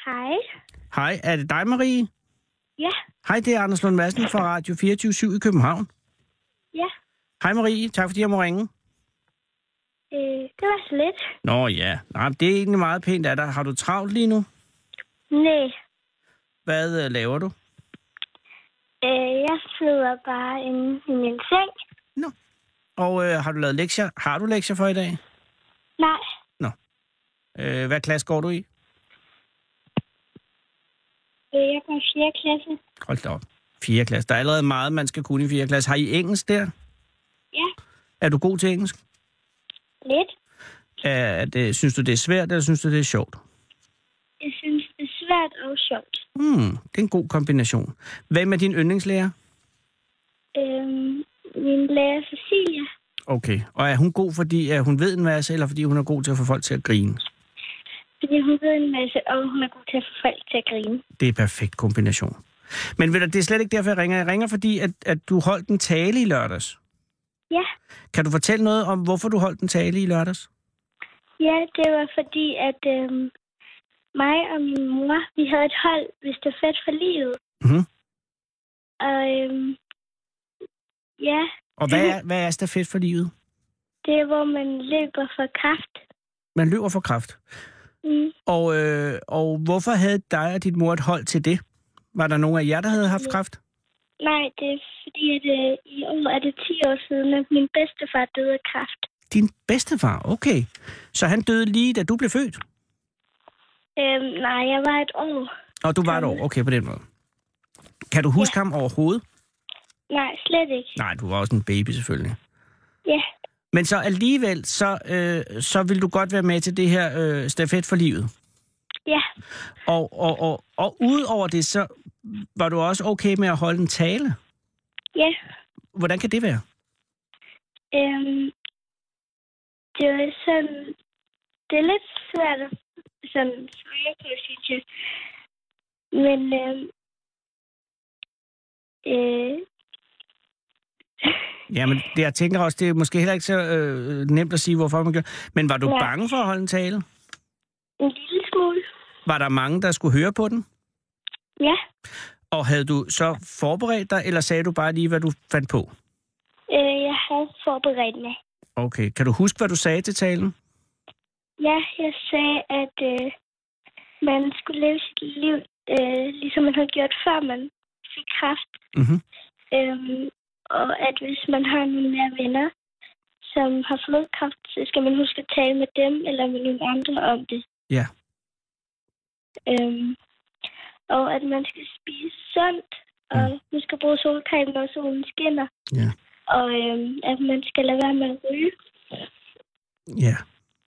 Hej. Hej, er det dig, Marie? Ja. Hej, det er Anders Lund Madsen fra Radio fireogtyve syv i København. Ja. Hej, Marie. Tak fordi jeg må ringe. Øh, det var så lidt. Nå ja, nej, det er egentlig meget pænt af dig. Har du travlt lige nu? Nej. Hvad øh, laver du? Øh, jeg sidder bare inde i min seng. Nå. Og øh, har du lavet lektier? Har du lektier for i dag? Nej. Nå. Øh, hvad klasse går du i? Øh, jeg går i fjerde klasse. Hold da op. fjerde klasse. Der er allerede meget, man skal kunne i fjerde klasse. Har I engelsk der? Ja. Er du god til engelsk? Lidt. Er det, synes du, det er svært, eller synes du, det er sjovt? Jeg synes, det er svært og sjovt. Hmm, det er en god kombination. Hvem er din yndlingslærer? Øhm, min lærer Cecilia. Okay. Og er hun god, fordi at hun ved en masse, eller fordi hun er god til at få folk til at grine? Fordi hun ved en masse, og hun er god til at få folk til at grine. Det er en perfekt kombination. Men ved du, det er slet ikke derfor, jeg ringer. Jeg ringer, fordi at, at du holdt en tale i lørdags. Ja. Kan du fortælle noget om, hvorfor du holdt en tale i lørdags? Ja, det var fordi, at øhm, mig og min mor, vi havde et hold, hvis det er fedt for livet. Mm-hmm. Og øhm, ja. Og hvad er, hvad er stafet for livet? Det er, hvor man løber for kraft. Man løber for kraft. Mm. Og, øh, og hvorfor havde dig og dit mor et hold til det? Var der nogen af jer, der havde haft kræft? Nej, det er fordi, at øh, i år er det ti år siden, at min bedstefar døde af kræft. Din bedstefar? Okay. Så han døde lige, da du blev født? Øhm, nej, jeg var et år. Og du var et år? Okay, på den måde. Kan du huske ja. ham overhovedet? Nej, slet ikke. Nej, du var også en baby selvfølgelig. Ja. Men så alligevel, så, øh, så vil du godt være med til det her øh, stafet for livet? Ja. Og, og, og, og udover det, så var du også okay med at holde en tale? Ja. Hvordan kan det være? Øhm, det er sådan... Det er lidt svært at sådan svare på, synes jeg. Men... Øhm, øh, Jamen, det, jeg tænker også, det er måske heller ikke så øh, nemt at sige, hvorfor man gør. Men var du ja. bange for at holde en tale? En lille smule. Var der mange, der skulle høre på den? Ja. Og havde du så forberedt dig, eller sagde du bare lige, hvad du fandt på? Øh, jeg havde forberedt mig. Okay. Kan du huske, hvad du sagde til talen? Ja, jeg sagde, at øh, man skulle leve sit liv, øh, ligesom man havde gjort, før man fik kræft. Mm-hmm. Øhm, og at hvis man har nogle nære venner, som har fået kræft, så skal man huske at tale med dem eller med nogle andre om det. Ja. Øhm, og at man skal spise sundt, og mm. man skal bruge solcreme, når solen skinner. Ja. Og øhm, at man skal lade være med at ryge. Ja.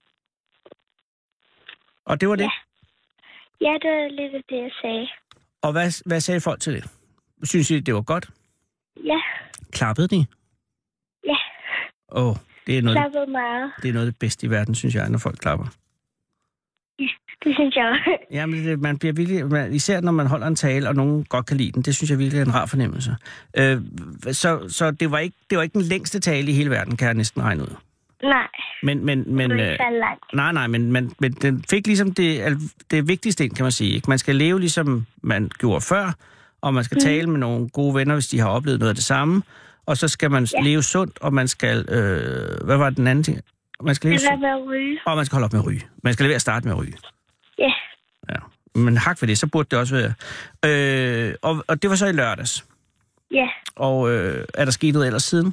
Og det var det? Ja, ja det var lidt af det, jeg sagde. Og hvad, hvad sagde folk til det? Synes I, det var godt? Ja. Klappede de? Ja. Åh, oh, det er noget... Klappede meget. Det er noget af det bedste i verden, synes jeg, når folk klapper. Ja, det synes jeg også. Ja, men det, man bliver virkelig... Man, især når man holder en tale, og nogen godt kan lide den, det synes jeg virkelig er en rar fornemmelse. Øh, så så det, var ikke, det var ikke den længste tale i hele verden, kan jeg næsten regne ud. Nej. Men, men, men, det øh, er langt. nej, nej, men, men, men den fik ligesom det, det vigtigste ind, kan man sige. Ikke? Man skal leve ligesom man gjorde før, og man skal mm. tale med nogle gode venner, hvis de har oplevet noget af det samme. Og så skal man ja. leve sundt, og man skal... Øh, hvad var den anden ting? Man skal leve sundt. Med at ryge. Og man skal holde op med at ryge. Man skal lade være at starte med at ryge. Ja. Ja. Men hak for det, så burde det også være. Øh, og, og det var så i lørdags. Ja. Og øh, er der sket noget ellers siden?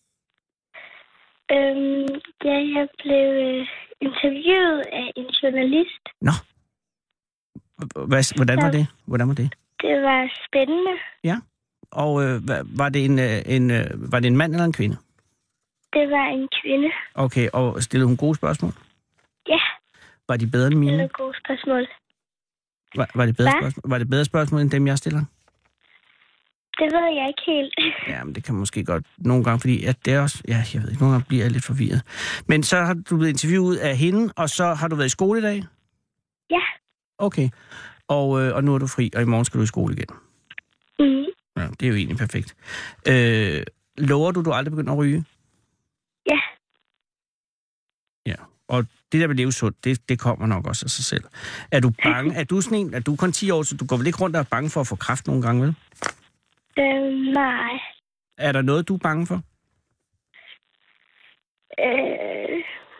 Øhm, ja, jeg blev øh, interviewet af en journalist. Nå. Hvad, hvordan var det? Hvordan var det? Det var spændende. Ja. Og øh, var, det en, en, øh, var det en mand eller en kvinde? Det var en kvinde. Okay, og stillede hun gode spørgsmål? Ja. Var de bedre end mine? Stillede gode spørgsmål. Var, var, det bedre Hva? spørgsmål? Var det bedre spørgsmål end dem, jeg stiller? Det ved jeg ikke helt. Ja, men det kan måske godt nogle gange, fordi at det er også... Ja, jeg ved ikke, nogle gange bliver jeg lidt forvirret. Men så har du blevet interviewet af hende, og så har du været i skole i dag? Ja. Okay. Og, øh, og nu er du fri, og i morgen skal du i skole igen? Mhm. Ja, det er jo egentlig perfekt. Øh, lover du, du aldrig begynder at ryge? Ja. Ja. Og Det der med leve sundt, det, det kommer nok også af sig selv. Er du bange? Er du sådan en, er du kun ti år, så du går vel ikke rundt og er bange for at få kræft nogle gange, vel? Øh, nej. Er der noget, du er bange for? Øh,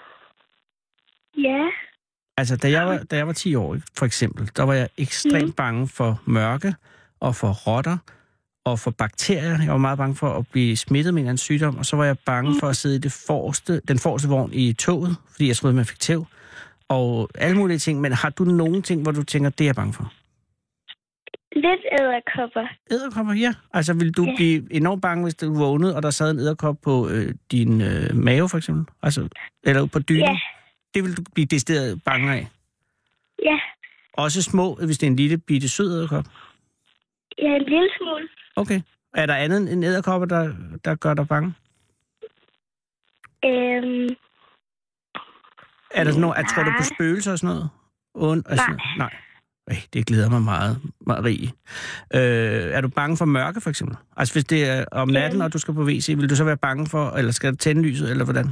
ja. Altså, da jeg var, da jeg var ti år, for eksempel, der var jeg ekstremt mm. bange for mørke og for rotter og for bakterier. Jeg var meget bange for at blive smittet med en eller anden sygdom, og så var jeg bange mm. for at sidde i det forreste, den forreste vogn i toget, fordi jeg troede, man fik tæv. Og alle mulige ting. Men har du nogen ting, hvor du tænker, det er jeg bange for? Lidt edderkopper. Edderkopper, ja. Altså, vil du yeah. blive enormt bange, hvis du vågnede, og der sad en edderkop på øh, din øh, mave, for eksempel? Altså, eller på dynen? Ja. Yeah. Det vil du blive decideret bange af? Ja. Yeah. Også små, hvis det er en lille bitte sød edderkop? Ja, en lille smule. Okay. Er der andet end edderkopper, der, der gør dig bange? Øhm... Er der sådan noget, jeg tror du på spøgelser og sådan noget? Und, og sådan Nej. Noget? Nej. Ej, det glæder mig meget, Marie. Øh, er du bange for mørke, for eksempel? Altså, hvis det er om natten, og du skal på W C, vil du så være bange for, eller skal du tænde lyset, eller hvordan?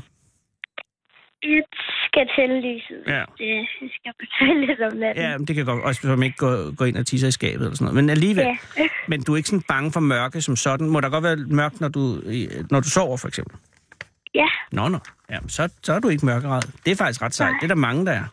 Jeg skal tænde lyset. Ja. Det skal på toilet om natten. Ja, men det kan godt, også hvis man ikke går, går ind og tisser i skabet, eller sådan noget. Men alligevel, ja. Men du er ikke sådan bange for mørke som sådan. Må der godt være mørkt, når du, når du sover, for eksempel? Ja. Nå, nå. Ja, så, så er du ikke mørkeret. Det er faktisk ret sejt. Nej. Det er der mange, der er.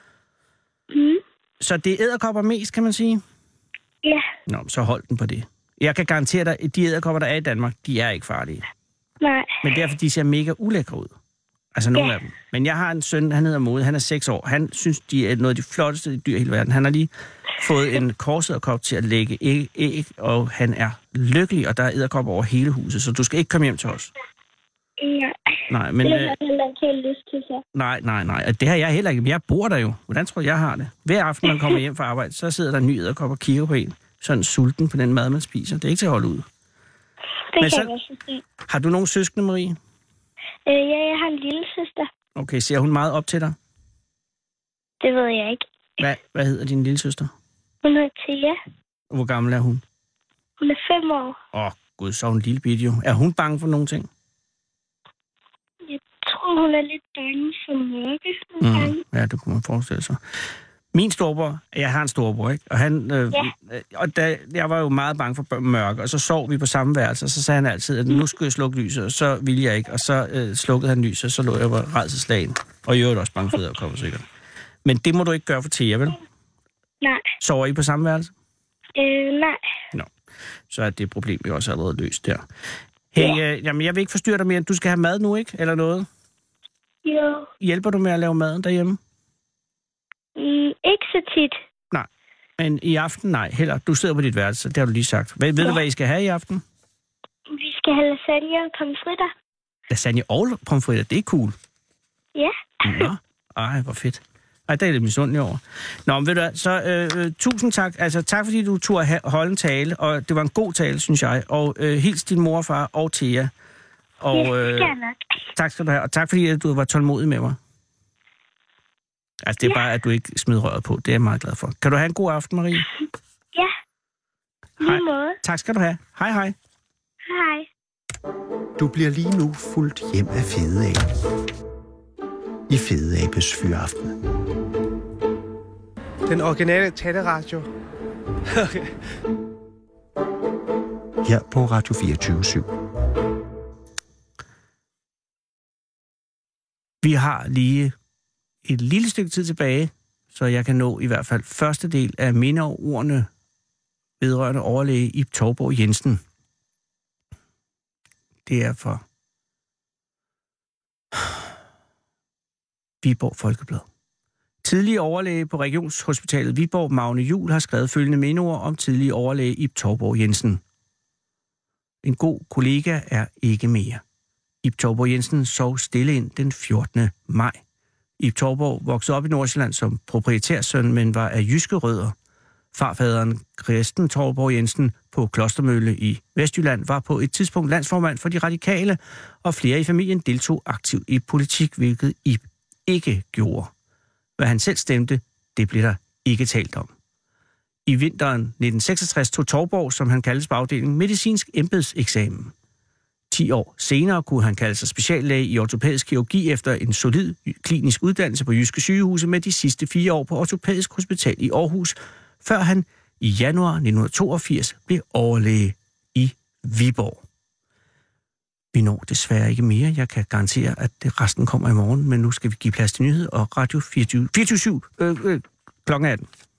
Mm. Så det er edderkopper mest, kan man sige? Ja. Nå, så hold den på det. Jeg kan garantere dig, at de edderkopper, der er i Danmark, de er ikke farlige. Nej. Men derfor, de ser mega ulækre ud. Altså nogle ja. af dem. Men jeg har en søn, han hedder Mode, han er seks år. Han synes, de er noget af de flotteste dyr i hele verden. Han har lige fået en korsedderkop til at lægge æg, æg, og han er lykkelig, og der er edderkopper over hele huset, så du skal ikke komme hjem til os. Nej. Nej, men... Det har jeg heller ikke helt lyst til, så. Nej, nej, nej. Og det har jeg heller ikke. Jeg bor der jo. Hvordan tror jeg, jeg har det? Hver aften, man kommer hjem fra arbejde, så sidder der en ny edderkop og kigger på en. Sådan sulten på den mad, man spiser. Det er ikke til at holde ud. Det men kan så, jeg også sige. Har du nogen søskende, Marie? Øh, ja, jeg har en lille søster. Okay, ser hun meget op til dig? Det ved jeg ikke. Hvad, hvad hedder din lille søster? Hun hedder Thea. Hvor gammel er hun? Hun er fem år. Åh, oh, gud, så er hun en lille bitte jo. Er hun bange for nogle ting? Jeg tror, hun er lidt bange for mørke. Mm, ja, det kunne man forestille sig. Min storebror, jeg har en storebror, ikke? Og, han, øh, ja. og da, jeg var jo meget bange for mørke, og så sov vi på samme værelse, og så sagde han altid, at nu skulle jeg slukke lyset, og så ville jeg ikke, og så øh, slukkede han lyset, og så lå jeg på rædselsslagen. Og jeg var også bange for det at komme sikkert. Men det må du ikke gøre for Thea, vel? Nej. Sover I på samme værelse? Øh, nej. Nå, så er det problem jo også allerede løst der. Hey, ja. øh, jamen, jeg vil ikke forstyrre dig mere. Du skal have mad nu, ikke? Eller noget? Jo. Hjælper du med at lave mad derhjemme? Mm, ikke så tit. Nej, men i aften nej, heller. Du sidder på dit værelse, det har du lige sagt. Ved, ved ja. du, hvad I skal have i aften? Vi skal have lasagne og pomfritter. Lasagne og pomfritter, det er cool. Ja. Nå, ej, hvor fedt. Ej, der er lidt misundelig over. Nå, men ved du hvad, så øh, tusind tak. Altså, tak fordi du turde holde en tale, og det var en god tale, synes jeg. Og øh, hils din mor og far og Thea. Og, øh, det skal nok. Tak skal du have, og tak fordi du var tålmodig med mig. Altså, det er ja. bare, at du ikke smider røret på. Det er jeg meget glad for. Kan du have en god aften, Marie? Ja. Lige måde. Tak skal du have. Hej, hej. Hej. Du bliver lige nu fuldt hjem af Fede Abe. I Fede Abes Fyraften. Den originale taleradio. Okay. Her på Radio fireogtyve syv. Vi har lige et lille stykke tid tilbage, så jeg kan nå i hvert fald første del af mindeordene vedrørende overlæge Ib Tovborg Jensen. Det er for Viborg Folkeblad. Tidligere overlæge på Regionshospitalet Viborg, Magne Juhl, har skrevet følgende mindeord om tidligere overlæge Ib Tovborg Jensen. En god kollega er ikke mere. Ib Tovborg Jensen sov stille ind den fjortende maj. Ib Tovborg voksede op i Nordsjælland som proprietærsøn, men var af jyske rødder. Farfaderen Christen Tovborg Jensen på Klostermølle i Vestjylland var på et tidspunkt landsformand for de radikale, og flere i familien deltog aktivt i politik, hvilket Ib ikke gjorde. Hvad han selv stemte, det blev der ikke talt om. I vinteren nitten seksogtres tog Tovborg, som han kaldes på afdelingen, medicinsk embedseksamen. ti år senere kunne han kalde sig speciallæge i ortopædisk kirurgi efter en solid klinisk uddannelse på Jyske Sygehuse med de sidste fire år på Ortopædisk Hospital i Aarhus, før han i januar nitten toogfirs blev overlæge i Viborg. Vi når desværre ikke mere. Jeg kan garantere, at det resten kommer i morgen, men nu skal vi give plads til nyhed og Radio fireogtyve syv øh, øh, klokken atten.